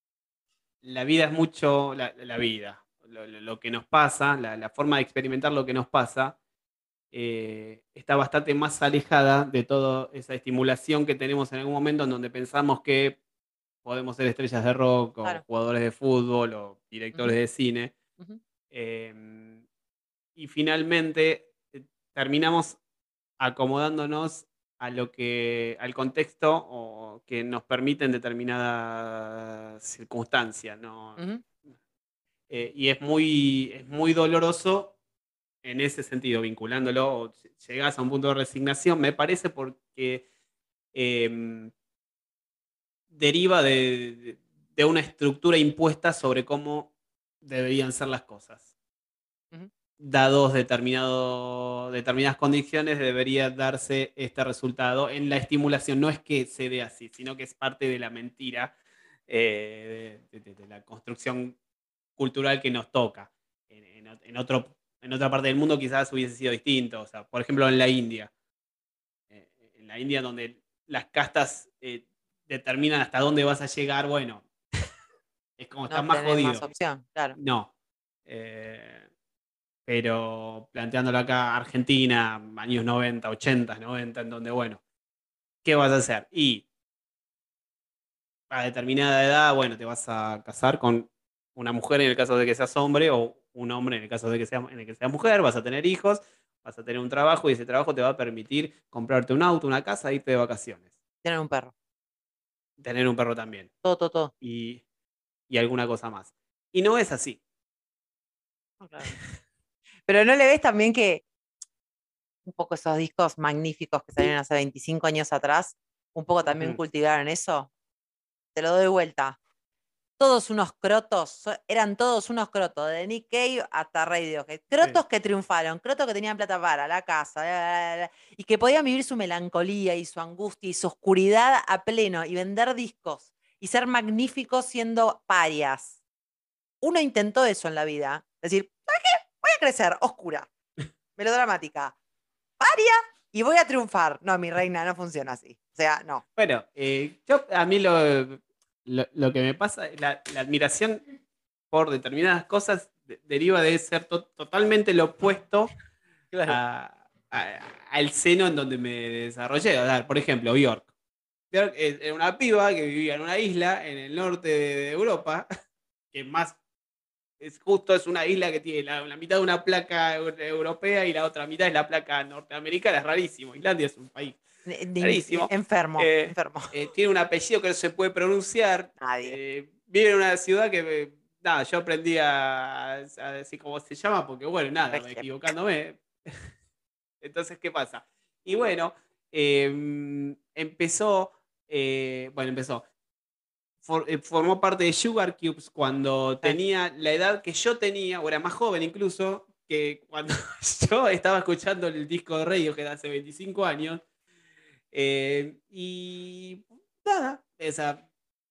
la vida es mucho la, la vida, lo, lo- lo que nos pasa, la, la forma de experimentar lo que nos pasa, eh, está bastante más alejada de toda esa estimulación que tenemos en algún momento en donde pensamos que podemos ser estrellas de rock o claro, jugadores de fútbol o ujú, directores de cine. ujú, em, y finalmente eh, terminamos acomodándonos a lo que, al contexto o que nos permiten determinadas circunstancias, ¿no? ujú. Eh, y es muy, es muy doloroso en ese sentido, vinculándolo, o llegas a un punto de resignación, me parece porque eh, deriva de, de- de una estructura impuesta sobre cómo deberían ser las cosas. Ujú. Dados determinado, determinadas condiciones, debería darse este resultado en la estimulación. No es que se dé así, sino que es parte de la mentira, eh, de, de- de la construcción cultural que nos toca. En, en en otro, en otra parte del mundo quizás hubiese sido distinto. O sea, por ejemplo, en la India. Eh, en la India, donde las castas eh, determinan hasta dónde vas a llegar, bueno, es como estás No más tenés más jodido. opción, claro. No. Eh, pero planteándolo acá, Argentina, años noventa, ochenta, noventa, en donde, bueno, ¿qué vas a hacer? Y a determinada edad, bueno, te vas a casar con una mujer en el caso de que seas hombre o un hombre en el caso de que sea, en el que seas mujer, vas a tener hijos, vas a tener un trabajo y ese trabajo te va a permitir comprarte un auto, una casa, irte de vacaciones, Tener un perro. tener un perro también Todo, todo, todo. y, y alguna cosa más. Y no es así. No, claro. Pero ¿no le ves también que un poco esos discos magníficos que salieron hace veinticinco años atrás, un poco también Ujú. cultivaron eso? Te lo doy vuelta. Todos unos crotos, so- eran todos unos crotos, de Nick Cave hasta Radiohead. Sí. Crotos que triunfaron, crotos que tenían plata para la casa, la, la, la, la, y que podían vivir su melancolía y su angustia y su oscuridad a pleno y vender discos y ser magníficos siendo parias. Uno intentó eso en la vida, decir, ¿sabes qué? Voy a crecer, oscura, melodramática, paria y voy a triunfar. No, mi reina, no funciona así. O sea, no. Bueno, eh, yo a mí lo, lo, lo que me pasa, la, la admiración por determinadas cosas de- deriva de ser to- totalmente lo opuesto Claro. a- a- al seno en donde me desarrollé. O sea, por ejemplo, Bjork. Björk es- era una piba que vivía en una isla en el norte de, de Europa, que más es justo es una isla que tiene la, la mitad de una placa eu- europea y la otra mitad es la placa norteamericana. Es rarísimo. Islandia es un país Ni- ni- rarísimo. enfermo, Eh, enfermo. eh, tiene un apellido que no se puede pronunciar. Nadie. Eh, vive en una ciudad que, eh, nada, yo aprendí a, a decir cómo se llama, porque bueno, nada, Reykjavik. equivocándome. Entonces, ¿qué pasa? Y bueno, eh, empezó, eh, bueno, empezó, for- eh, formó parte de Sugar Cubes cuando Sí. tenía la edad que yo tenía, o era más joven incluso, que cuando yo estaba escuchando el disco de Radiohead hace veinticinco años. eh, y nada, o sea,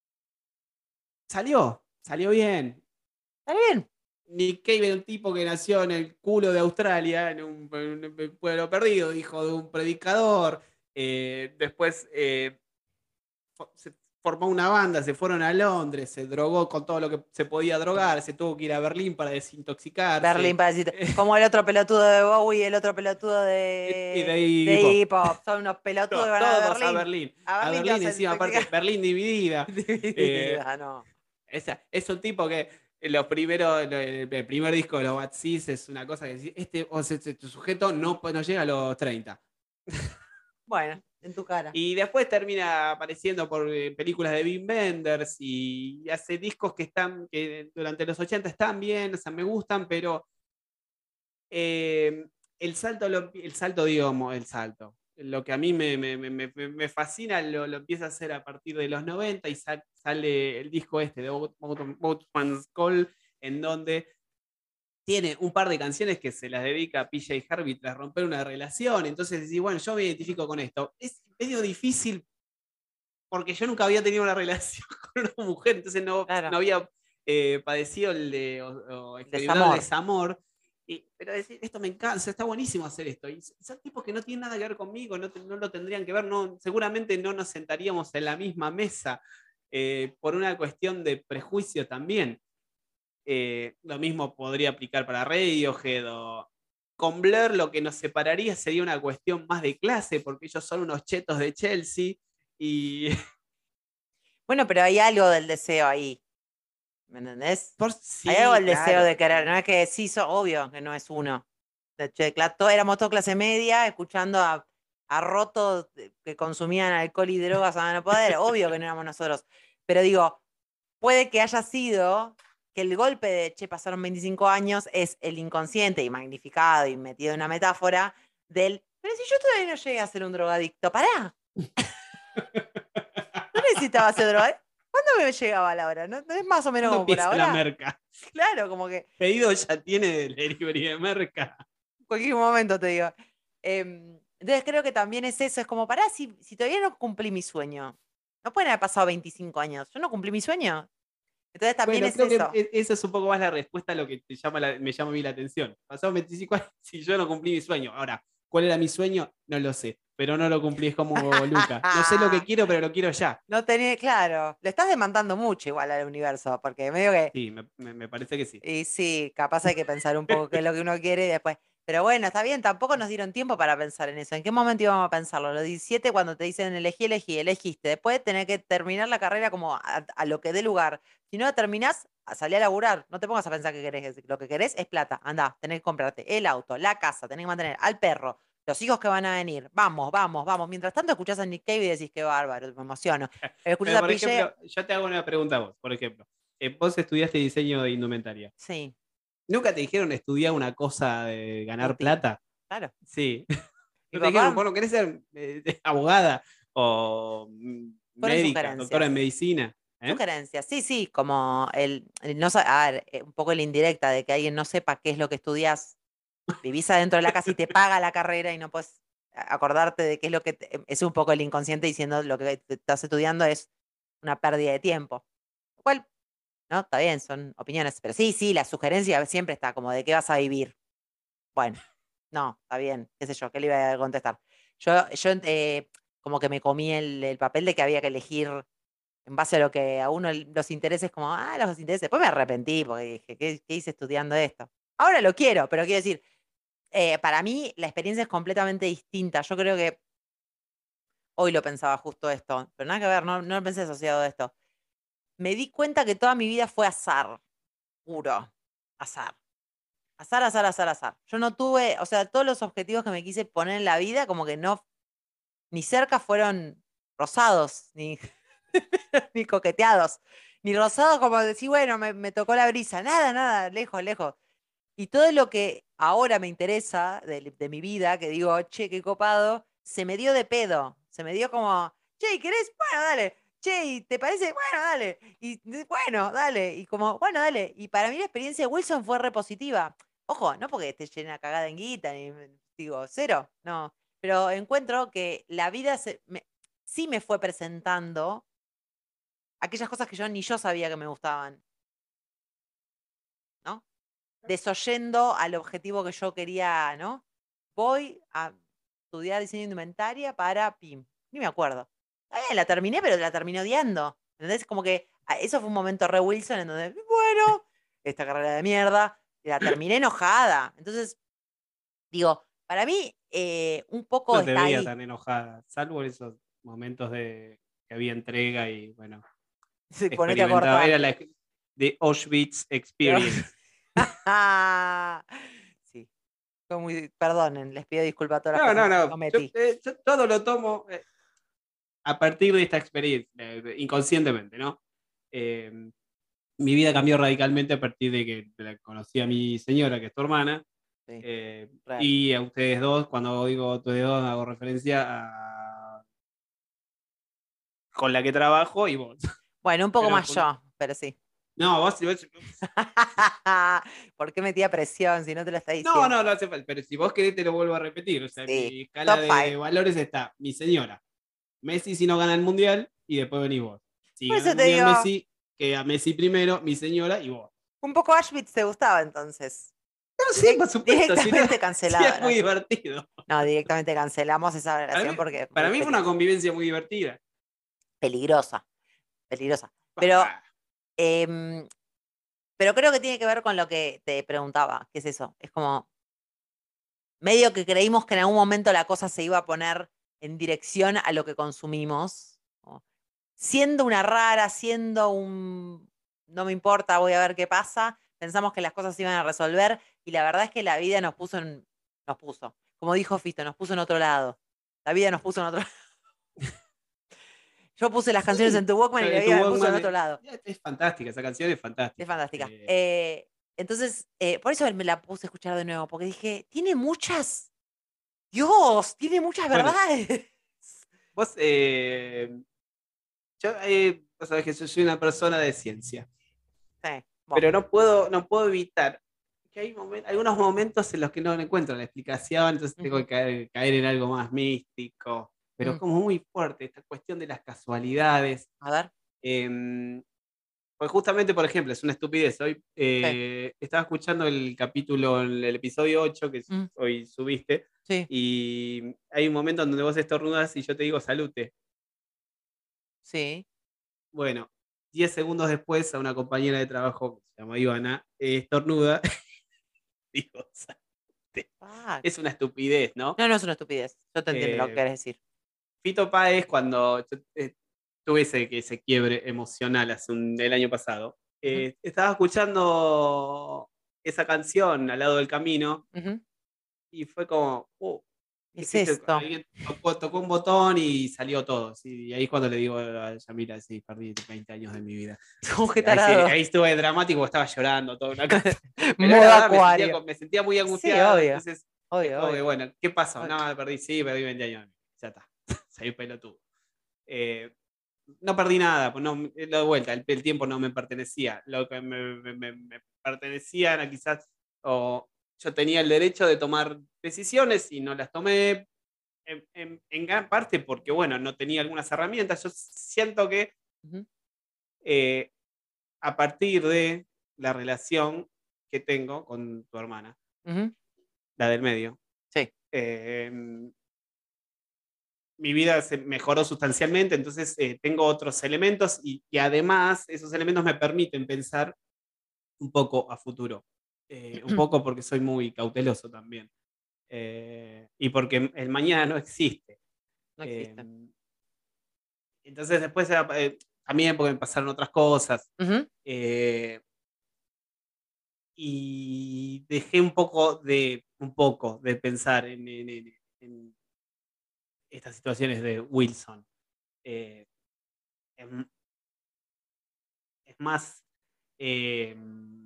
salió, salió bien. ¿Está bien? Nick Cave era un tipo que nació en el culo de Australia, en un, en un pueblo perdido, hijo de un predicador. Eh, después eh, fo- se formó una banda, se fueron a Londres, se drogó con todo lo que se podía drogar, se tuvo que ir a Berlín para desintoxicarse. Berlín para decirte. Como el otro pelotudo de Bowie y el otro pelotudo y de de, ahí, de tipo, Iggy Pop. Son unos pelotudos que to- van a todos a Berlín. Berlín. A A Berlín te Berlín vas a encima, aparte, desintoxicar. Berlín dividida. Eh, Ah, no. esa- es un tipo que los primeros, lo- el, el primer disco de los Bad Seeds es una cosa que decís, este, o sea, este sujeto no, no llega a los treinta. Bueno, en tu cara. Y después termina apareciendo por eh, películas de Wim Wenders y hace discos que están, que durante los ochenta están bien, o sea, me gustan, pero eh, el salto, lo- el salto, digamos, el salto. Lo que a mí me, me- me- me- me fascina lo, lo empieza a hacer a partir de los noventa y sa- sale el disco este de Boat- Boat- Boatman's Call, en donde tiene un par de canciones que se las dedica a P J Harvey tras romper una relación. Entonces decís, bueno, yo me identifico con esto. Es medio difícil porque yo nunca había tenido una relación con una mujer, entonces no, Claro. no había eh, padecido el de, o, o experimentado el Desamor. desamor. Y- pero decir, esto me encanta, está buenísimo hacer esto. Y son tipos que no tienen nada que ver conmigo, no, te- no lo tendrían que ver, no, seguramente no nos sentaríamos en la misma mesa eh, por una cuestión de prejuicio también. Eh, lo mismo podría aplicar para Radiohead o con Blur lo que nos separaría sería una cuestión más de clase, porque ellos son unos chetos de Chelsea y Bueno, pero hay algo del deseo ahí. ¿Me entendés? por Hay algo sí, del deseo claro. de querer. No es que sí, so- obvio que no es uno. De che, cla- todo- éramos toda clase media, escuchando a, a rotos de- que consumían alcohol y drogas a no poder. Obvio que no éramos nosotros. Pero digo, puede que haya sido que el golpe de, che, pasaron veinticinco años, es el inconsciente y magnificado y metido en una metáfora del, pero si yo todavía no llegué a ser un drogadicto, pará. No necesitaba ser drogadicto. ¿Cuándo me llegaba la hora? ¿No, no es más o menos ¿Cuándo como por empieza la ahora? merca? Claro, como que Pedido ya tiene delivery de merca. en cualquier momento te digo. Em, entonces creo que también es eso, es como, pará, si, si todavía no cumplí mi sueño. No pueden haber pasado veinticinco años. Yo no cumplí mi sueño. Entonces también Bueno, es creo eso. que e- esa es un poco más la respuesta a lo que te llama la- me llama a mí la atención. Pasaron veinticinco años y yo no cumplí mi sueño. Ahora, ¿cuál era mi sueño? No lo sé, pero no lo cumplí, es como Luca. No sé lo que quiero, pero lo quiero ya. No tenés, claro, le estás demandando mucho igual al universo, porque medio que, Sí, me, me- me parece que sí. y sí, capaz hay que pensar un poco qué es lo que uno quiere y después. Pero bueno, está bien, tampoco nos dieron tiempo para pensar en eso. ¿En qué momento íbamos a pensarlo? Los diecisiete cuando te dicen elegí, elegí, elegiste. Después tenés que terminar la carrera como a, a lo que dé lugar. Si no la terminás, a- salí a laburar. No te pongas a pensar que querés. Lo que querés es plata. Andá, tenés que comprarte el auto, la casa, tenés que mantener al perro, los hijos que van a venir. Vamos, vamos, vamos. Mientras tanto escuchás a Nick Cave y decís qué bárbaro, me emociono. Escuchás Pero, a por P J. ejemplo, yo te hago una pregunta a vos, por ejemplo. Eh, vos estudiaste diseño de indumentaria. Sí, ¿Nunca te dijeron estudiar una cosa de ganar útil. plata? Claro. Sí. Mi ¿No te dijeron, papá bueno, querés ser eh, abogada o mm, fueron médica, doctora en sugerencias. medicina? ¿Eh? Sugerencias, sí, sí, como el, el no sa- a ver, eh, un poco la indirecta de que alguien no sepa qué es lo que estudias, vivís adentro de la casa y te paga la carrera y no puedes acordarte de qué es lo que te- es un poco el inconsciente diciendo lo que te estás estudiando es una pérdida de tiempo. Lo cual, ¿no? Está bien, son opiniones, pero sí, sí, la sugerencia siempre está como de qué vas a vivir. Bueno, no, está bien, qué sé yo, ¿qué le iba a contestar? Yo, yo eh, como que me comí el, el papel de que había que elegir en base a lo que a uno el- los intereses, como, ah, los intereses. Después me arrepentí porque dije, ¿qué, qué hice estudiando esto? Ahora lo quiero, pero quiero decir, eh, para mí la experiencia es completamente distinta. Yo creo que hoy lo pensaba justo esto, pero nada que ver, no, no lo pensé asociado a esto. Me di cuenta que toda mi vida fue azar, puro, azar. Azar, azar, azar, azar. Yo no tuve, o sea, todos los objetivos que me quise poner en la vida, como que no, ni cerca fueron rosados, ni, ni coqueteados, ni rosados como decir, bueno, me, me tocó la brisa. Nada, nada, lejos, lejos. Y todo lo que ahora me interesa de, de mi vida, que digo, che, qué copado, se me dio de pedo. Se me dio como, che, ¿querés? Bueno, dale. Che, ¿y ¿te parece? Bueno, dale. Y de- bueno, dale. Y como, bueno, dale. Y para mí la experiencia de Wilson fue repositiva. Ojo, no porque esté llena cagada en guita, ni digo, cero, no. Pero encuentro que la vida se, me- sí me fue presentando aquellas cosas que yo ni yo sabía que me gustaban, ¿no? Desoyendo al objetivo que yo quería, ¿no? Voy a estudiar diseño de indumentaria para P I M. Ni me acuerdo. Está bien, la terminé, pero la terminé odiando. ¿Entendés? Como que ah, eso fue un momento re Wilson en donde, bueno, esta carrera de mierda, y la terminé enojada. Entonces, digo, para mí, eh, un poco No te está veía ahí. tan enojada, salvo esos momentos de que había entrega y bueno, Sí, ponete a experimentaba. cortar. Era la de Auschwitz Pero- Experience. sí, fue muy, perdonen, les pido disculpas a todas las No, no, personas que no. Yo, cometí. eh, yo todo lo tomo eh, a partir de esta experiencia, eh, de- inconscientemente, ¿no? Eh, mi vida cambió radicalmente a partir de que la conocí a mi señora, que es tu hermana, Sí, eh, real. y a ustedes dos. Cuando digo ustedes dos, hago referencia a con la que trabajo y vos. Bueno, un poco Pero más fun- yo, pero sí. no, vos, vos- ¿Por qué metía presión si no te lo está no, diciendo? no, no hace falta. Pero si vos querés, te lo vuelvo a repetir. O sea, en Sí, mi escala top de, de five. valores está mi señora, Messi si no gana el mundial, y después venís vos. Si Por gana eso el te mundial digo, Messi, queda Messi primero, mi señora y vos. un poco Auschwitz te gustaba entonces. No, sí, Direct- por supuesto, si no, directamente sí cancelado, es ¿no? muy divertido. No, directamente cancelamos esa Para mí, relación porque es para muy mí fue una peligrosa. convivencia muy divertida. Peligrosa, peligrosa. Pero, Ah, em, pero creo que tiene que ver con lo que te preguntaba, ¿qué es eso? Es como, medio que creímos que en algún momento la cosa se iba a poner en dirección a lo que consumimos. ¿No? Siendo una rara, siendo un no me importa, voy a ver qué pasa, pensamos que las cosas se iban a resolver y la verdad es que la vida nos puso en, nos puso, como dijo Fisto, nos puso en otro lado. La vida nos puso en otro lado. Yo puse las canciones en sí, tu Walkman y la eh, tu vida me puso en Walkman otro es, lado. es fantástica, esa canción es Es fantástica. fantástica. Eh, Eh, entonces, eh, por eso me la puse a escuchar de nuevo, porque dije, tiene muchas, Dios, tiene muchas bueno, verdades. vos, eh, yo, eh, vos sabés que yo soy una persona de ciencia, Sí, bueno. pero no puedo, no puedo evitar que hay momen- algunos momentos en los que no encuentro la explicación, entonces tengo Ujú, que caer, caer en algo más místico, pero es mm. como muy fuerte esta cuestión de las casualidades. A ver, Eh, pues justamente, por ejemplo, es una estupidez. Hoy sí, eh, estaba escuchando el capítulo, el, el episodio ocho que mm, hoy subiste, sí, y hay un momento en donde vos estornudas y yo te digo salute. sí. Bueno, diez segundos después a una compañera de trabajo que se llama Ivana, eh, estornuda, digo salute. Fuck. Es una estupidez, ¿no? No, no es una estupidez. Yo te entiendo lo que Eh, quieres decir. Fito Páez, cuando yo, eh, tuve ese, ese quiebre emocional hace un- el año pasado, Ujú, eh, estaba escuchando esa canción al lado del camino ujú. y fue como, uh, ¿Qué es ¿viste? esto? Alguien tocó, tocó un botón y salió todo. ¿Sí? Y ahí es cuando le digo a Yamila, sí, perdí veinte años de mi vida. ¿Cómo que Ahí, sí, tarado? ahí estuve dramático, estaba llorando, toda una cosa. Pero Modo la verdad, me sentía, acuario. con- me sentía muy Sí, angustiado, obvio. entonces es Obvio, como que, obvio. bueno, ¿qué pasó? obvio. No, perdí, sí, perdí veinte años. Ya está, soy pelotudo. Eh, no perdí nada, pues no, lo de vuelta, el, el tiempo no me pertenecía. Lo que me, me- me- me pertenecía era quizás, o yo tenía el derecho de tomar decisiones y no las tomé en, en- en gran parte porque, bueno, no tenía algunas herramientas. Yo siento que Ujú, eh, a partir de la relación que tengo con tu hermana, ujú. la del medio, Sí. eh, mi vida se mejoró sustancialmente, entonces eh, tengo otros elementos y, y además esos elementos me permiten pensar un poco a futuro. Eh, un poco porque soy muy cauteloso también. Eh, y porque el mañana no existe. No Eh, existe. entonces después eh, también porque me pasaron otras cosas. Ujú. eh, y dejé un poco de, un poco de pensar en, en- en- en estas situaciones de Wilson. Eh, es, es más eh,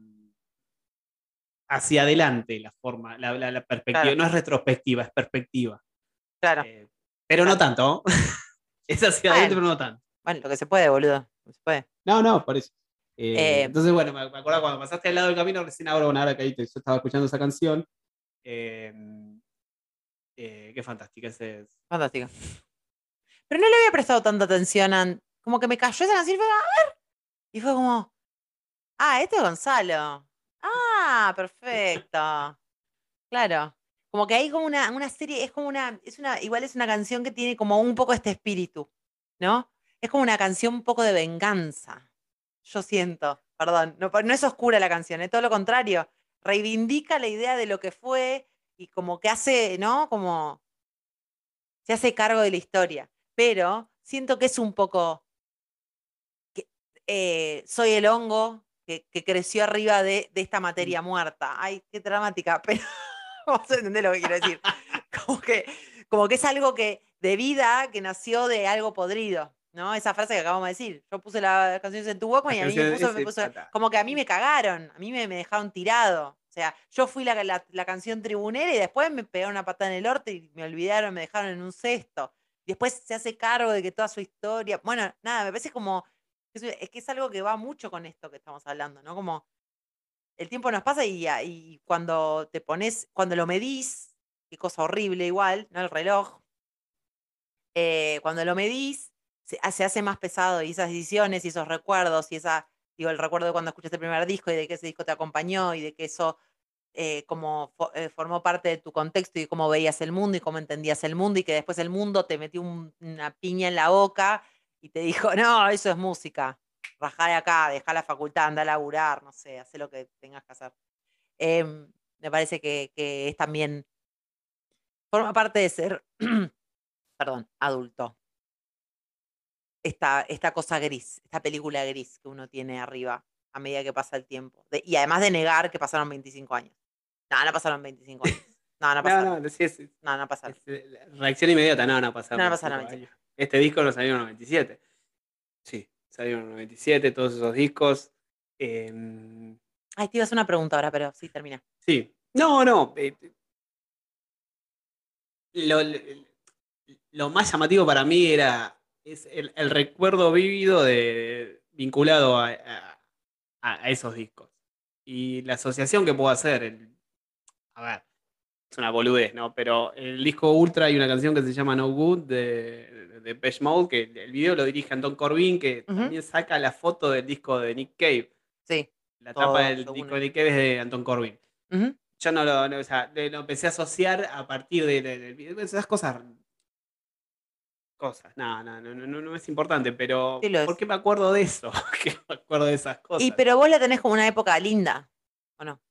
hacia adelante la forma, la, la- la perspectiva. Claro, No es retrospectiva, es perspectiva. claro, Eh, pero no claro. tanto. Es hacia adelante, Bueno, pero no tanto. bueno, lo que se puede, boludo. Lo que se puede. No, no, por eso. Eh, Eh, entonces, bueno, me, me acuerdo cuando pasaste al lado del camino, recién ahora, una hora que ahí te- yo estaba escuchando esa canción. eh, eh, qué fantástica ese es. fantástico. Pero no le había prestado tanta atención a. Como que me cayó esa canción y fue, a ver. Y fue como, ah, este es Gonzalo. Ah, perfecto. Claro. Como que hay como una, una serie, es como una, es una, igual es una canción que tiene como un poco este espíritu, ¿no? Es como una canción un poco de venganza. Yo siento, perdón, no, no es oscura la canción, es todo lo contrario. Reivindica la idea de lo que fue y como que hace, ¿no? Como se hace cargo de la historia. Pero siento que es un poco, que, eh, soy el hongo que, que creció arriba de, de esta materia muerta. Ay, qué dramática, pero vamos a entender lo que quiero decir. Como que, como que es algo que de vida que nació de algo podrido, ¿no? Esa frase que acabamos de decir. Yo puse las canciones en tu Walkman Las y a mí me canciones puso, me ese puso, pata. como que a mí me cagaron, a mí me, me dejaron tirado. O sea, yo fui la, la, la canción tribunera y después me pegaron una patada en el orto y me olvidaron, me dejaron en un cesto. Y después se hace cargo de que toda su historia. Bueno, nada, me parece como. Es, es que es algo que va mucho con esto que estamos hablando, ¿no? Como el tiempo nos pasa y, y cuando te pones, cuando lo medís, qué cosa horrible igual, ¿no? El reloj, eh, cuando lo medís, se, se hace más pesado y esas decisiones y esos recuerdos y esa, digo, el recuerdo de cuando escuchaste el primer disco y de que ese disco te acompañó y de que eso eh, como fo- eh, formó parte de tu contexto y cómo veías el mundo y cómo entendías el mundo y que después el mundo te metió un- una piña en la boca y te dijo, no, eso es música, rajá de acá, dejá la facultad, anda a laburar, no sé, haz lo que tengas que hacer. Em, me parece que, que es también, forma parte de ser, perdón, adulto. Esta, esta cosa gris, esta película gris que uno tiene arriba a medida que pasa el tiempo. De- y además de negar que pasaron veinticinco años. No, no pasaron veinticinco años. No, no No, pasaron. no, sí, es, No, no pasaron. es, eh, reacción inmediata, no, no pasaron No, no pasaron veinticinco veinticinco años. años. Este disco no salió en el noventa y siete. Sí, salió en el noventa y siete, todos esos discos. eh, Ay, te iba a hacer una pregunta ahora, pero sí, termina. sí, no, no. eh, lo, lo más llamativo para mí era es el, el recuerdo vívido de, vinculado a, a- a esos discos. Y la asociación que puedo hacer, el- a ver, es una boludez, ¿no? Pero el disco Ultra hay una canción que se llama No Good de, de Depeche Mode, que el video lo dirige Anton Corbijn, que Ujú. también saca la foto del disco de Nick Cave. Sí, La tapa todo del se disco une. de Nick Cave es de Anton Corbijn. Ujú. Yo no lo, no, o sea, lo empecé a asociar a partir de, de- de- de esas cosas. Cosas. No, no, no, no, no es importante, Sí pero lo ¿por es. qué me acuerdo de eso? ¿Por qué me acuerdo de esas Y cosas? pero vos la tenés como una época linda, ¿o no?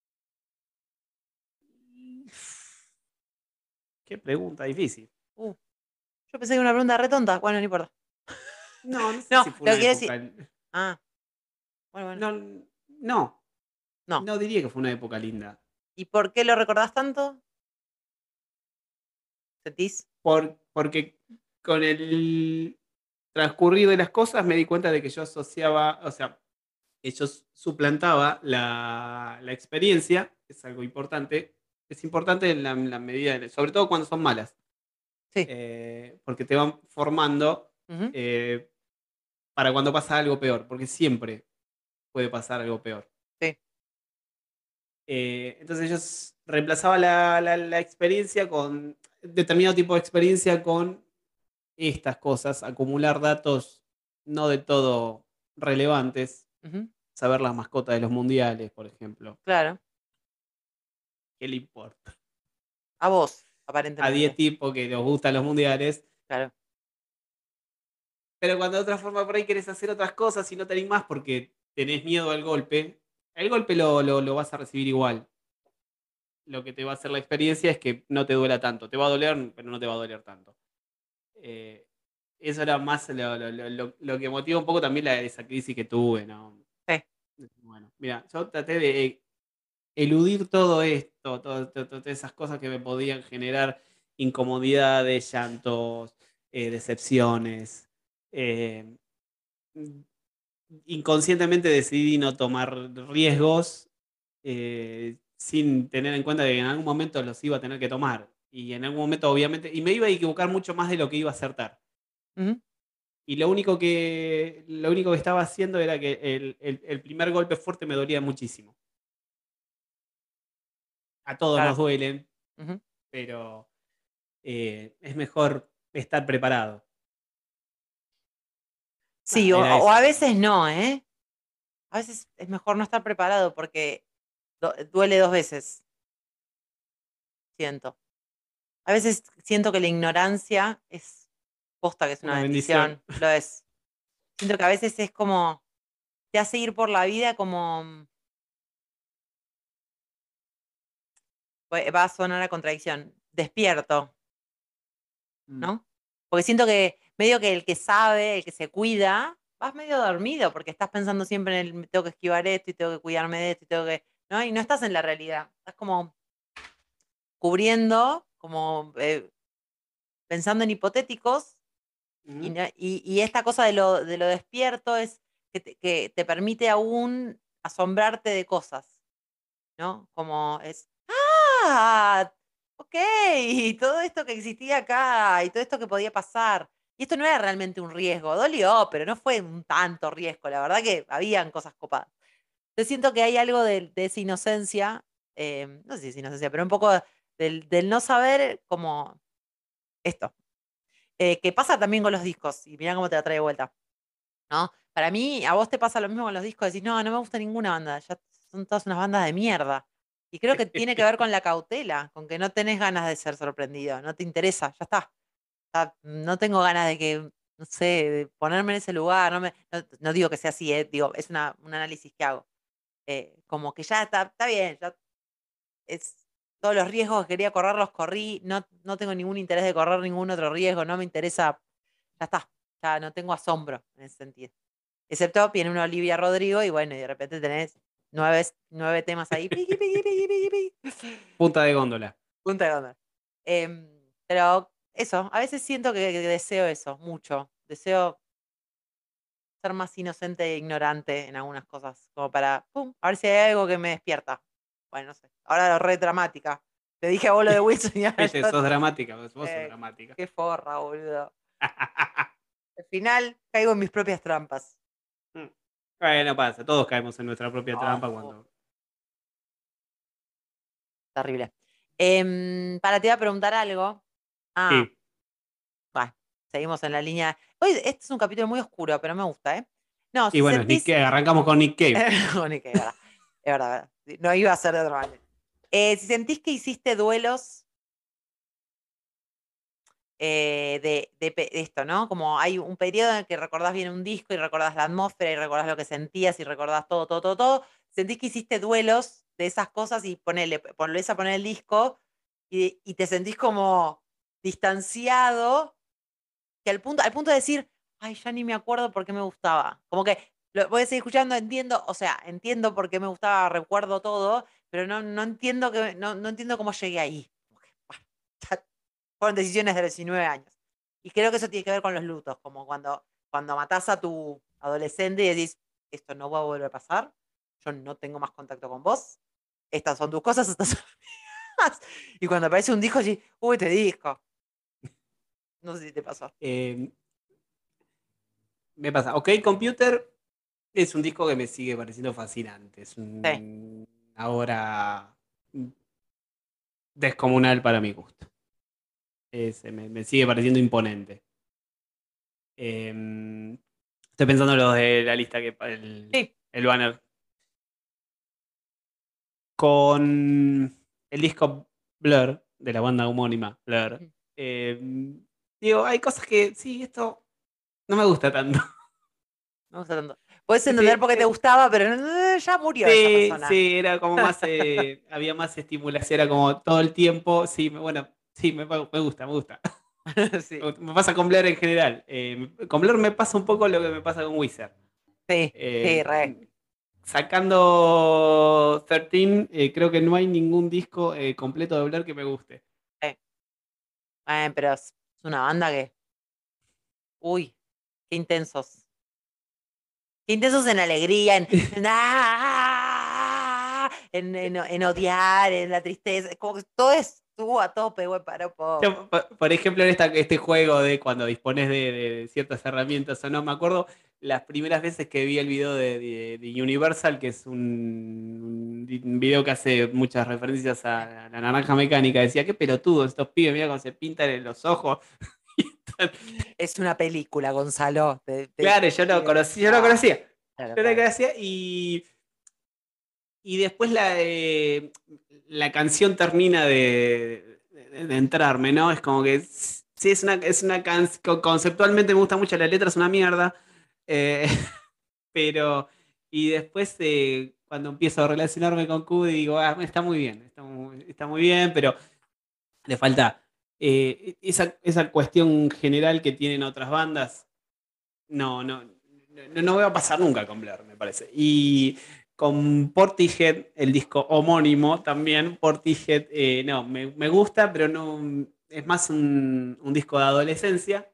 Qué pregunta difícil. Uh, yo pensé que era una pregunta retonta. Bueno, no importa. No, no sé No, si fue lo que una quiero decir. época. Ah, bueno, bueno. No, no, No. no diría que fue una época linda. ¿Y por qué lo recordás tanto? ¿Sentís? Por, porque con el transcurrir de las cosas me di cuenta de que yo asociaba, o sea, que yo suplantaba la, la experiencia, que es algo importante. Es importante en la, en la medida, de- sobre todo cuando son malas. Sí. eh, porque te van formando Ujú. eh, para cuando pasa algo peor, porque siempre puede pasar algo peor. Sí. Eh, entonces yo s- reemplazaba la, la- la experiencia con determinado tipo de experiencia con estas cosas, acumular datos no de todo relevantes, Ujú. saber las mascotas de los mundiales, por ejemplo. Claro. ¿Qué le importa? A vos, A diez aparentemente. tipos que les gustan los mundiales. Claro. Pero cuando de otra forma por ahí querés hacer otras cosas y no te animás porque tenés miedo al golpe, el golpe lo, lo, lo vas a recibir igual. Lo que te va a hacer la experiencia es que no te duela tanto. Te va a doler, pero no te va a doler tanto. Eh, eso era más lo, lo- lo- lo- lo que motiva un poco también la, esa crisis que tuve, ¿no? Sí. Bueno, mira, yo traté de eludir todo esto, todo- todo- todas esas cosas que me podían generar incomodidades, llantos, eh, decepciones. eh, Inconscientemente decidí no tomar riesgos eh, sin tener en cuenta que en algún momento los iba a tener que tomar. Y en algún momento, obviamente, y me iba a equivocar mucho más de lo que iba a acertar. Ujú. Y lo único que, lo único que estaba haciendo era que el, el- el primer golpe fuerte me dolía muchísimo. A todos Claro. nos duelen, Ujú. pero eh, es mejor estar preparado. Sí, Nada, o, era o a eso. veces no, ¿eh? A veces es mejor no estar preparado porque do- duele dos veces, siento. A veces siento que la ignorancia es posta que es una Una bendición. bendición, lo es. Siento que a veces es como, te hace ir por la vida como, pues, va a sonar a contradicción, despierto, Mm. ¿no? Porque siento que medio que el que sabe, el que se cuida, vas medio dormido porque estás pensando siempre en el, tengo que esquivar esto y tengo que cuidarme de esto y tengo que, ¿no? Y no estás en la realidad, estás como cubriendo, como eh, pensando en hipotéticos. Y, Mm. no- y- y esta cosa de lo, de lo despierto es que te, que te permite aún asombrarte de cosas, ¿no? Como es, ah, ok, y todo esto que existía acá y todo esto que podía pasar. Y esto no era realmente un riesgo, dolió, pero no fue un tanto riesgo, la verdad que habían cosas copadas. Yo siento que hay algo de, de esa inocencia, eh, no sé si es inocencia, pero un poco del, del no saber como esto, eh, que pasa también con los discos, y mirá cómo te la trae de vuelta, ¿no? Para mí, a vos te pasa lo mismo con los discos, decís, no, no me gusta ninguna banda, ya son todas unas bandas de mierda. Y creo que tiene que ver con la cautela, con que no tenés ganas de ser sorprendido, no te interesa, ya está. Ya, no tengo ganas de que, no sé, de ponerme en ese lugar, no, me- no, no digo que sea así, eh, digo, es una, un análisis que hago. Eh, como que ya está, está bien, ya es, todos los riesgos que quería correr los corrí, no, no tengo ningún interés de correr ningún otro riesgo, no me interesa, ya está, ya no tengo asombro en ese sentido. Excepto viene una Olivia Rodrigo y bueno, y de repente tenés nueve, nueve temas ahí, piqui, piqui, piqui, piqui, piqui. Punta de góndola. Punta de onda. Em, pero eso, a veces siento que, que deseo eso, mucho. Deseo ser más inocente e ignorante en algunas cosas, como para, pum, a ver si hay algo que me despierta. Bueno, no sé. Ahora lo re dramática. Te dije a vos lo de Wilson y ahora Viste, yo, sos dramática, vos vos sos eh, dramática. qué forra, boludo. Al final caigo en mis propias trampas. Mm. Bueno, pasa, todos caemos en nuestra propia trampa Oh, cuando. terrible. Em, para, te iba a preguntar algo. Ah, Sí. bueno, seguimos en la línea. Hoy, este es un capítulo muy oscuro, pero me gusta, ¿eh? No, Y si bueno, Nick sentís. Cave, arrancamos con Nick Cave. Bueno, que es verdad, es verdad, es verdad. No iba a ser de otra manera. Eh, si sentís que hiciste duelos eh, de, de pe- de esto, ¿no? Como hay un periodo en el que recordás bien un disco y recordás la atmósfera y recordás lo que sentías y recordás todo, todo, todo, todo. Sentís que hiciste duelos de esas cosas y ponele, volvés a poner el disco y, y te sentís como distanciado, que al punto, al punto de decir, ay, ya ni me acuerdo por qué me gustaba. Como que lo voy a seguir escuchando, entiendo, o sea, entiendo por qué me gustaba, recuerdo todo, pero no, no entiendo que, no, no entiendo cómo llegué ahí. Como que, bueno, ya fueron decisiones de los diecinueve años. Y creo que eso tiene que ver con los lutos, como cuando, cuando matás a tu adolescente y decís, esto no va a volver a pasar, yo no tengo más contacto con vos, estas son tus cosas, estas son mías. Y cuando aparece un disco así, uy, te disco. No sé si te pasó. Eh, me pasa. OK Computer es un disco que me sigue pareciendo fascinante. Es Sí. un- una obra descomunal para mi gusto. Es- me, me sigue pareciendo imponente. Eh, Estoy pensando en los de la lista, que el, Sí. el banner. Con el disco Blur, de la banda homónima Blur. Ujú. eh, digo, hay cosas que sí, esto no me gusta tanto. No me gusta tanto. Puedes entender Sí, por qué te eh, gustaba, pero eh, ya murió esa sí, persona. sí, era como más, eh, había más estimulación, era como todo el tiempo, sí, me- bueno, sí, me, me gusta, me gusta. Sí, Me pasa con Blair en general. Eh, con Blair me pasa un poco lo que me pasa con Wizard. sí, Eh, sí, re. Sacando trece, eh, creo que no hay ningún disco eh, completo de Blair que me guste. Sí. Eh, pero es una banda que, uy, qué intensos. Qué intensos en alegría, en, en, ¡ah! en, en- en odiar, en la tristeza. Como que todo estuvo a tope, güey, para pop. Yo, por, por ejemplo, en esta, este juego de cuando dispones de, de ciertas herramientas o no, me acuerdo las primeras veces que vi el video de, de- de Universal, que es un, un video que hace muchas referencias a la naranja mecánica. Decía, qué pelotudos estos pibes, mira cómo se pintan en los ojos. Es una película, Gonzalo. Te- te- Claro, yo lo te- conocí, yo lo Ah, conocía. claro, Yo lo claro. conocía y, y después la, eh, la canción termina de, de- de entrarme, ¿no? Es como que sí, es una, es una canción, conceptualmente me gusta mucho, la letra es una mierda, eh, pero y después eh, cuando empiezo a relacionarme con Q digo, ah, está muy bien, está muy, está muy bien, pero le falta eh, esa, esa cuestión general que tienen otras bandas. No, no, no, no va a pasar nunca con Blair, me parece. Y con Portishead, el disco homónimo también, Portishead, eh, no, me, me gusta, pero no es más un, un disco de adolescencia,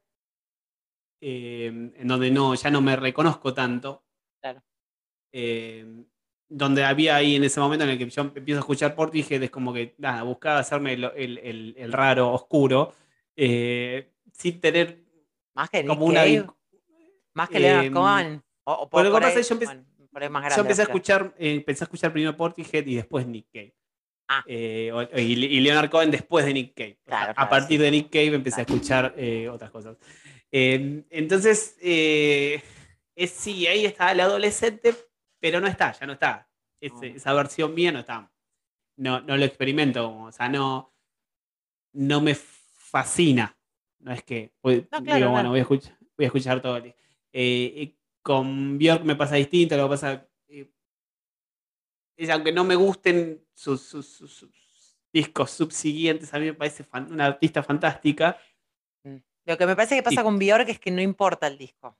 eh, en donde no, ya no me reconozco tanto. Claro. eh, Donde había ahí en ese momento en el que yo empiezo a escuchar Portishead, es como que nada, buscaba hacerme el, el- el- el raro, oscuro, eh, sin tener Más que Nick como una... Cave, vinc- más que Leonard eh, Cohen. O, o Bueno, por, lo que por pasa ahí, es que yo empecé, bueno, por ahí más yo grande, empecé a pero. escuchar, eh, empecé a escuchar primero Portishead y después Nick Cave. Ah, Eh, o- y, y Leonard Cohen después de Nick Cave. O sea, claro, a claro, sí, partir de sí. Nick Cave empecé a Claro. escuchar eh, otras cosas. Eh, entonces, eh, es, sí, ahí está el adolescente, pero no está, ya no está. No, Ese- no. esa versión mía no está. No, no lo experimento, como, o sea, no, no me fascina. No es que pues, No, claro, digo, bueno, claro. voy a escuchar, voy a escuchar todo. el- Eh, y con Björk me pasa distinto, lo que pasa eh, es, aunque no me gusten sus, sus- sus- sus discos subsiguientes, a mí me parece fan- una artista fantástica. Mm. Lo que me parece que pasa Y con Bjork es que no importa el disco.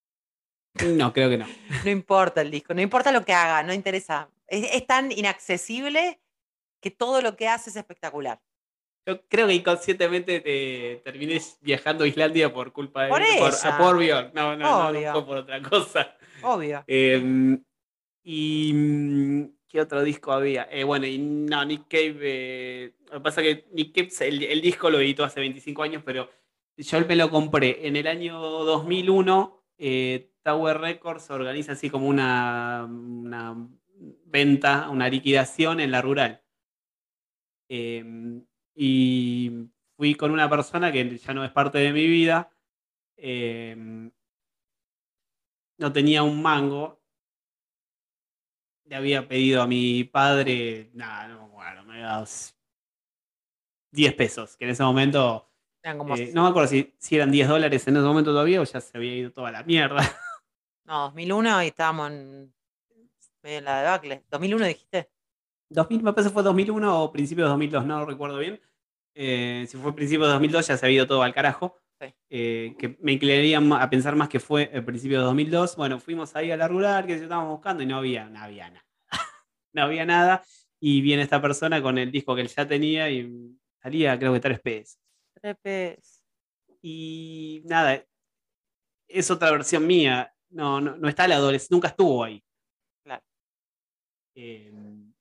no, creo que no. No importa el disco, no importa lo que haga, no interesa. Es, es tan inaccesible que todo lo que hace es espectacular. Yo creo que inconscientemente te, terminé viajando a Islandia por culpa Por de. Por, a por ella, Björk. No, no, no, no fue obvio, por otra cosa. obvio. Eh, y mm, ¿qué otro disco había? Eh, bueno, y no, Nick Cave. eh, lo que pasa es que Nick Cave, el, el disco lo editó hace veinticinco años, pero yo me lo compré en el año dos mil uno. eh, Tower Records organiza así como una, una venta, una liquidación en la rural. Eh, y fui con una persona que ya no es parte de mi vida. eh, no tenía un mango. Le había pedido a mi padre, nada, no, bueno, me había dado diez pesos, que en ese momento, Eran como, eh, no me acuerdo si, si eran diez dólares en ese momento todavía o ya se había ido toda la mierda. no, dos mil uno y estábamos en, medio en la debacle. dos mil uno dijiste. dos mil, me parece que fue dos mil uno o principios de dos mil dos, no recuerdo bien. Eh, si fue principios de dos mil dos ya se había ido todo al carajo. Sí. Eh, que me inclinaría ma- a pensar más que fue el principio de dos mil dos. Bueno, fuimos ahí a la rural, que estábamos buscando y no había, no había nada. No había nada. Y viene esta persona con el disco que él ya tenía y salía creo que tres pesos. Tres pesos. Y nada, es otra versión mía. No, no, no está la adolescencia, nunca estuvo ahí. Claro. Eh,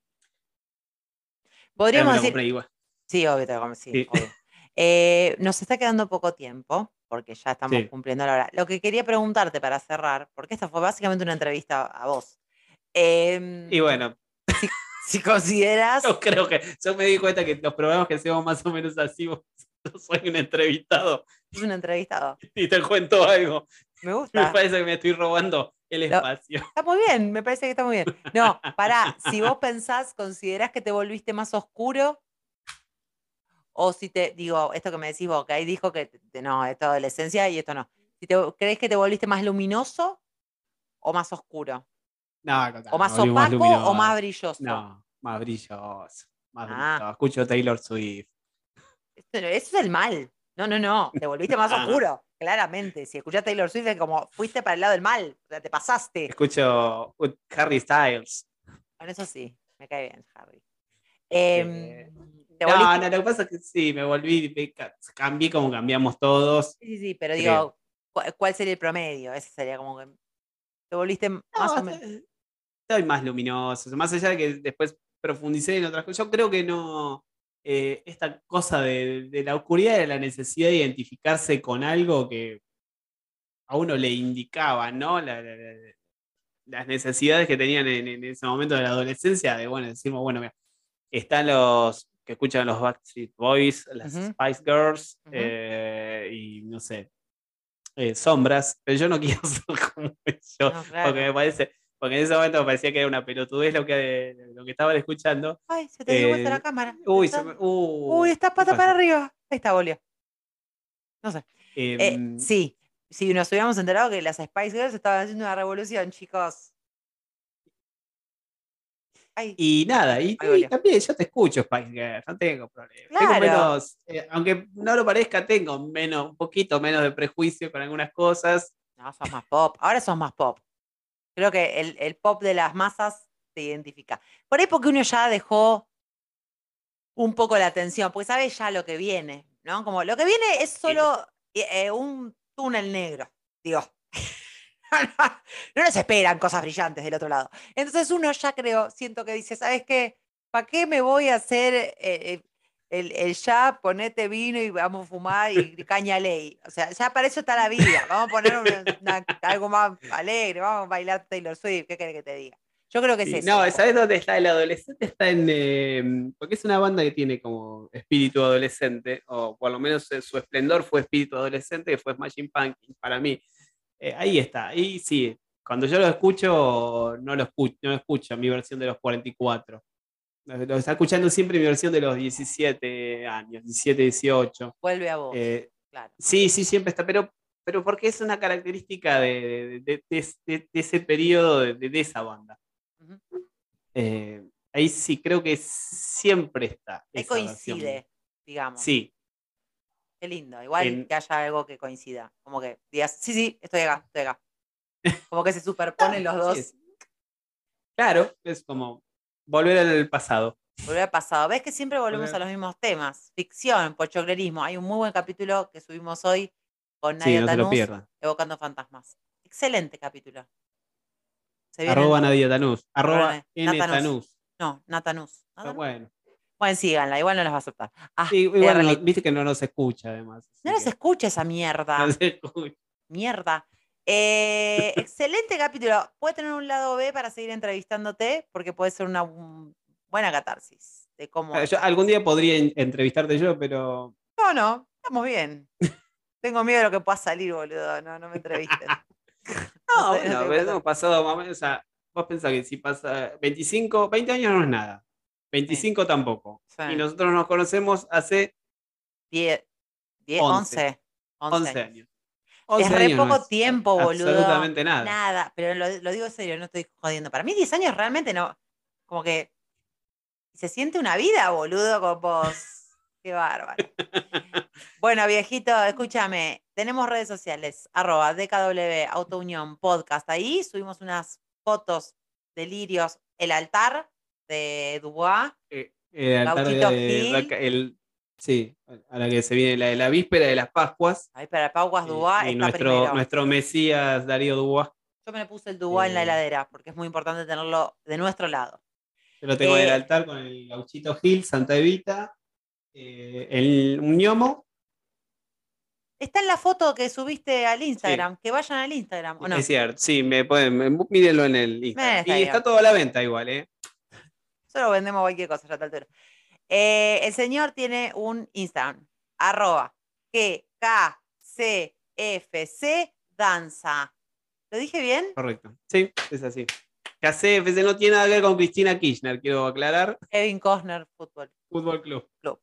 pero Podríamos me lo decir, compré igual. sí, obvio, te lo com- sí, Sí, obvio. Eh, nos está quedando poco tiempo, porque ya estamos sí. cumpliendo la hora. Lo que quería preguntarte para cerrar, porque esta fue básicamente una entrevista a vos. em, Y bueno, si, si consideras, yo creo que yo me di cuenta que los programas que hacemos más o menos así, vos soy un entrevistado sos un entrevistado, y te cuento algo. me Me gusta. parece que me estoy robando el Lo- espacio. está muy bien, me parece que está muy bien. No, pará, si vos pensás, considerás que te volviste más oscuro, o si te, digo, esto que me decís vos, que ahí dijo que te- no, esto es adolescencia y esto no. Si te, ¿crees que te volviste más luminoso o más oscuro? No, ¿O no, me más volví más opaco o más luminoso. brilloso? No, más brilloso. Más Ah, brilloso. Escucho Taylor Swift. esto- eso es el mal. No, no, no, te volviste más Ah. oscuro, claramente. Si escuchás Taylor Swift es como fuiste para el lado del mal, o sea, te pasaste. Escucho uh, Harry Styles. Con eso sí, me cae bien, Harry. Em, Eh, te no, volviste. no, lo que pasa es que sí, me volví, me ca- cambié como cambiamos todos. Sí, sí, sí, pero creo. digo, ¿cu- ¿cuál sería el promedio? Ese sería como que te volviste más No, o menos. estoy, estoy más luminoso. Más allá de que después profundicé en otras cosas, yo creo que no. eh, esta cosa de, de la oscuridad y de la necesidad de identificarse con algo que a uno le indicaba, ¿no? La- la- la- las necesidades que tenían en, en ese momento de la adolescencia, de bueno, decimos, bueno, mira, están los que escuchan los Backstreet Boys, las Ujú, Spice Girls, ujú. eh, y no sé, eh, sombras, pero yo no quiero ser como ellos, No, porque claro. me parece, porque en ese momento me parecía que era una pelotudez lo que, lo que estaban escuchando. Ay, se te dio vuelta la Eh, cámara. uy, Está- se me- uh, Uy, estás ¿qué pata para pasó? arriba. Ahí está, volvió. No sé. Eh, Em, sí, si nos hubiéramos enterado que las Spice Girls estaban haciendo una revolución, chicos. Ay, y nada, y, ahí y volvió. también yo te escucho, Spice Girls, no tengo problema. Tengo Claro. menos, eh, aunque no lo parezca, tengo menos, un poquito menos de prejuicio con algunas cosas. No, sos más pop. Ahora sos más pop. Creo que el, el pop de las masas te identifica. Por ahí porque uno ya dejó un poco la atención, porque sabe ya lo que viene, ¿no? Como lo que viene es Eh, solo eh, eh, un túnel negro, digo. No nos esperan cosas brillantes del otro lado. Entonces uno ya creo, siento que dice, ¿sabes qué? ¿Para qué me voy a hacer eh, eh, el, el ya, ponete vino y vamos a fumar y caña ley? O sea, ya para eso está la vida. Vamos a poner una- una- algo más alegre, vamos a bailar Taylor Swift, ¿qué querés que te diga? Yo creo que es Sí, eso no, un poco. ¿sabes dónde está el adolescente? Está en. eh, porque es una banda que tiene como espíritu adolescente, o por lo menos eh, su esplendor fue espíritu adolescente, que fue Smashing Pumpkins para mí. Eh, ahí está, ahí sí. Cuando yo lo escucho, no lo escucho, no escucho mi versión de los cuarenta y cuatro. Lo, lo está escuchando siempre mi versión de los diecisiete años, diecisiete, dieciocho. Vuelve a vos, Eh, claro. sí, sí, siempre está, pero, pero porque es una característica de, de- de- de- de ese periodo, de, de esa banda. Ujú. Eh, ahí sí creo que siempre está Ahí esa versión mía. coincide, digamos. Sí, Qué lindo. Igual en, que haya algo que coincida. Como que digas, sí, sí, estoy acá, estoy acá. Como que se superponen ah, los sí dos. es. Claro, es como volver al pasado. Volver al pasado. ¿Ves que siempre volvemos Volver- a los mismos temas? Ficción, pochoclerismo. Hay un muy buen capítulo que subimos hoy con Sí, Nadia no se lo Tanús, pierdan. evocando fantasmas. Excelente capítulo. Se Arroba vienen. Nadia Tanús. Arroba Arroba Na- N Natanús. Tanús. No, Natanús. Está ¿Natanús? bueno. Bueno, síganla, igual no las va a aceptar. Ah, Sí, igual no- Erlit. viste que no nos escucha además. No Así los que escucha esa no mierda. se escucha. Mierda. Eh, excelente capítulo. Puede tener un lado B para seguir entrevistándote, porque puede ser una mm, buena catarsis de cómo Ah, yo es. algún día podría en- entrevistarte yo, pero. No, no, estamos bien. Tengo miedo de lo que pueda salir, boludo. No, no me entrevisten. No No, sé, no sé bueno, qué puede hemos salir. pasado más o menos. O sea, vos pensás que si pasa veinticinco, veinte años no es nada. Sí, veinticinco tampoco. sí. Y nosotros nos conocemos hace diez, diez, once. once, once once años. años. Es once re años no poco es a- tiempo, boludo. absolutamente nada. Nada, pero lo, lo digo en serio, no estoy jodiendo. Para mí diez años realmente no, como que se siente una vida, boludo, con vos. Qué bárbaro. Bueno, viejito, escúchame, tenemos redes sociales, arroba D K W Autounión Podcast. Ahí subimos unas fotos de lirios, el altar de Dubois, Eh, el altar Gauchito de Gil, Raca- el, sí, a la que se viene la de la víspera de las Pascuas. ahí para Pauguas eh, Dubois y está nuestro, primero. nuestro Mesías Darío Dubois. Yo me le puse el Dubois en la eh, heladera porque es muy importante tenerlo de nuestro lado. yo lo tengo en el Eh, altar con el Gauchito Gil, Santa Evita, eh, el, un ñomo. está en la foto que subiste al Sí, Instagram, que vayan al Instagram, ¿o no? es cierto, sí, me pueden, me- mírenlo en el Instagram. Eh, está Y está bien. todo a la venta igual, ¿eh? Solo vendemos cualquier cosa ya a esta altura. Eh, el señor tiene un Instagram, arroba G K C F C Danza. ¿Lo dije bien? Correcto. Sí, es así. K C F C no tiene nada que ver con Cristina Kirchner, quiero aclarar. Kevin Costner Fútbol Fútbol Club. Club.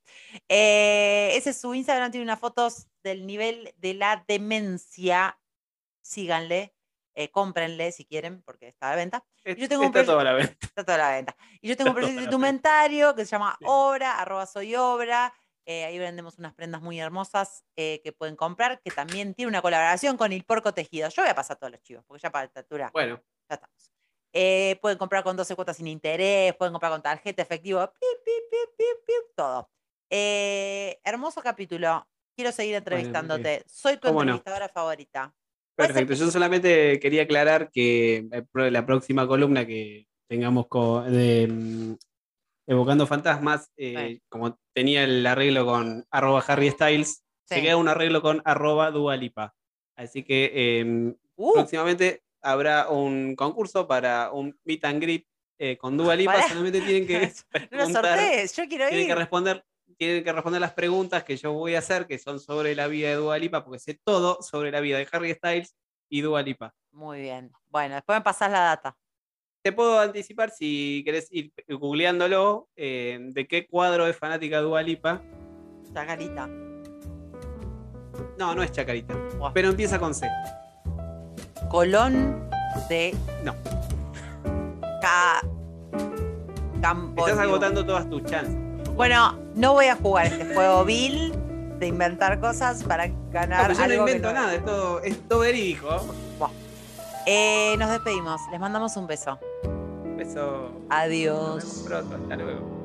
Eh, ese es su Instagram, tiene unas fotos del nivel de la demencia. Síganle, eh, cómprenle si quieren, porque está a la venta. Y yo tengo un Está proyecto. todo a la venta. Está toda la venta. Y yo tengo un Está proyecto toda la documentario que se llama Sí. Obra, arroba soy obra, Eh, ahí vendemos unas prendas muy hermosas eh, que pueden comprar, que también tiene una colaboración con Il Porco Tejido. Yo voy a pasar todos los chivos, porque ya para esta altura Bueno, ya estamos. Eh, pueden comprar con doce cuotas sin interés, pueden comprar con tarjeta, efectivo, pip, pip, pip, pip, pip, todo. Eh, hermoso capítulo. Quiero seguir entrevistándote. Soy tu ¿Cómo no? entrevistadora favorita. Puede ser Perfecto. que Yo yo- solamente quería aclarar que eh, pro- la próxima columna que tengamos co- de mm, Evocando Fantasmas, eh, Sí. como tenía el arreglo con arroba Harry Styles, se Sí. queda un arreglo con arroba Dua Lipa. Así que eh, Uh, próximamente habrá un concurso para un meet and greet eh, con Dua Lipa. Pará. Solamente tienen que no lo preguntar, sortees, yo quiero tienen que ir. responder, tienen que responder las preguntas que yo voy a hacer, que son sobre la vida de Dua Lipa, porque sé todo sobre la vida de Harry Styles y Dua Lipa. Muy bien. Bueno, después me pasás la data. Te puedo anticipar, si querés ir googleándolo, eh, de qué cuadro es fanática Dua Lipa. Chacarita. No, no es Chacarita, Buah. pero empieza con C. Colón de No, Ca... Campo estás New. agotando todas tus chances. Bueno, no voy a jugar este juego vil de inventar cosas para No, ganar pero yo no algo que invento no es. nada, es todo, es todo verídico. Buah. Eh, nos despedimos. Les mandamos un beso. Un beso. Nos Adiós. vemos pronto, hasta luego.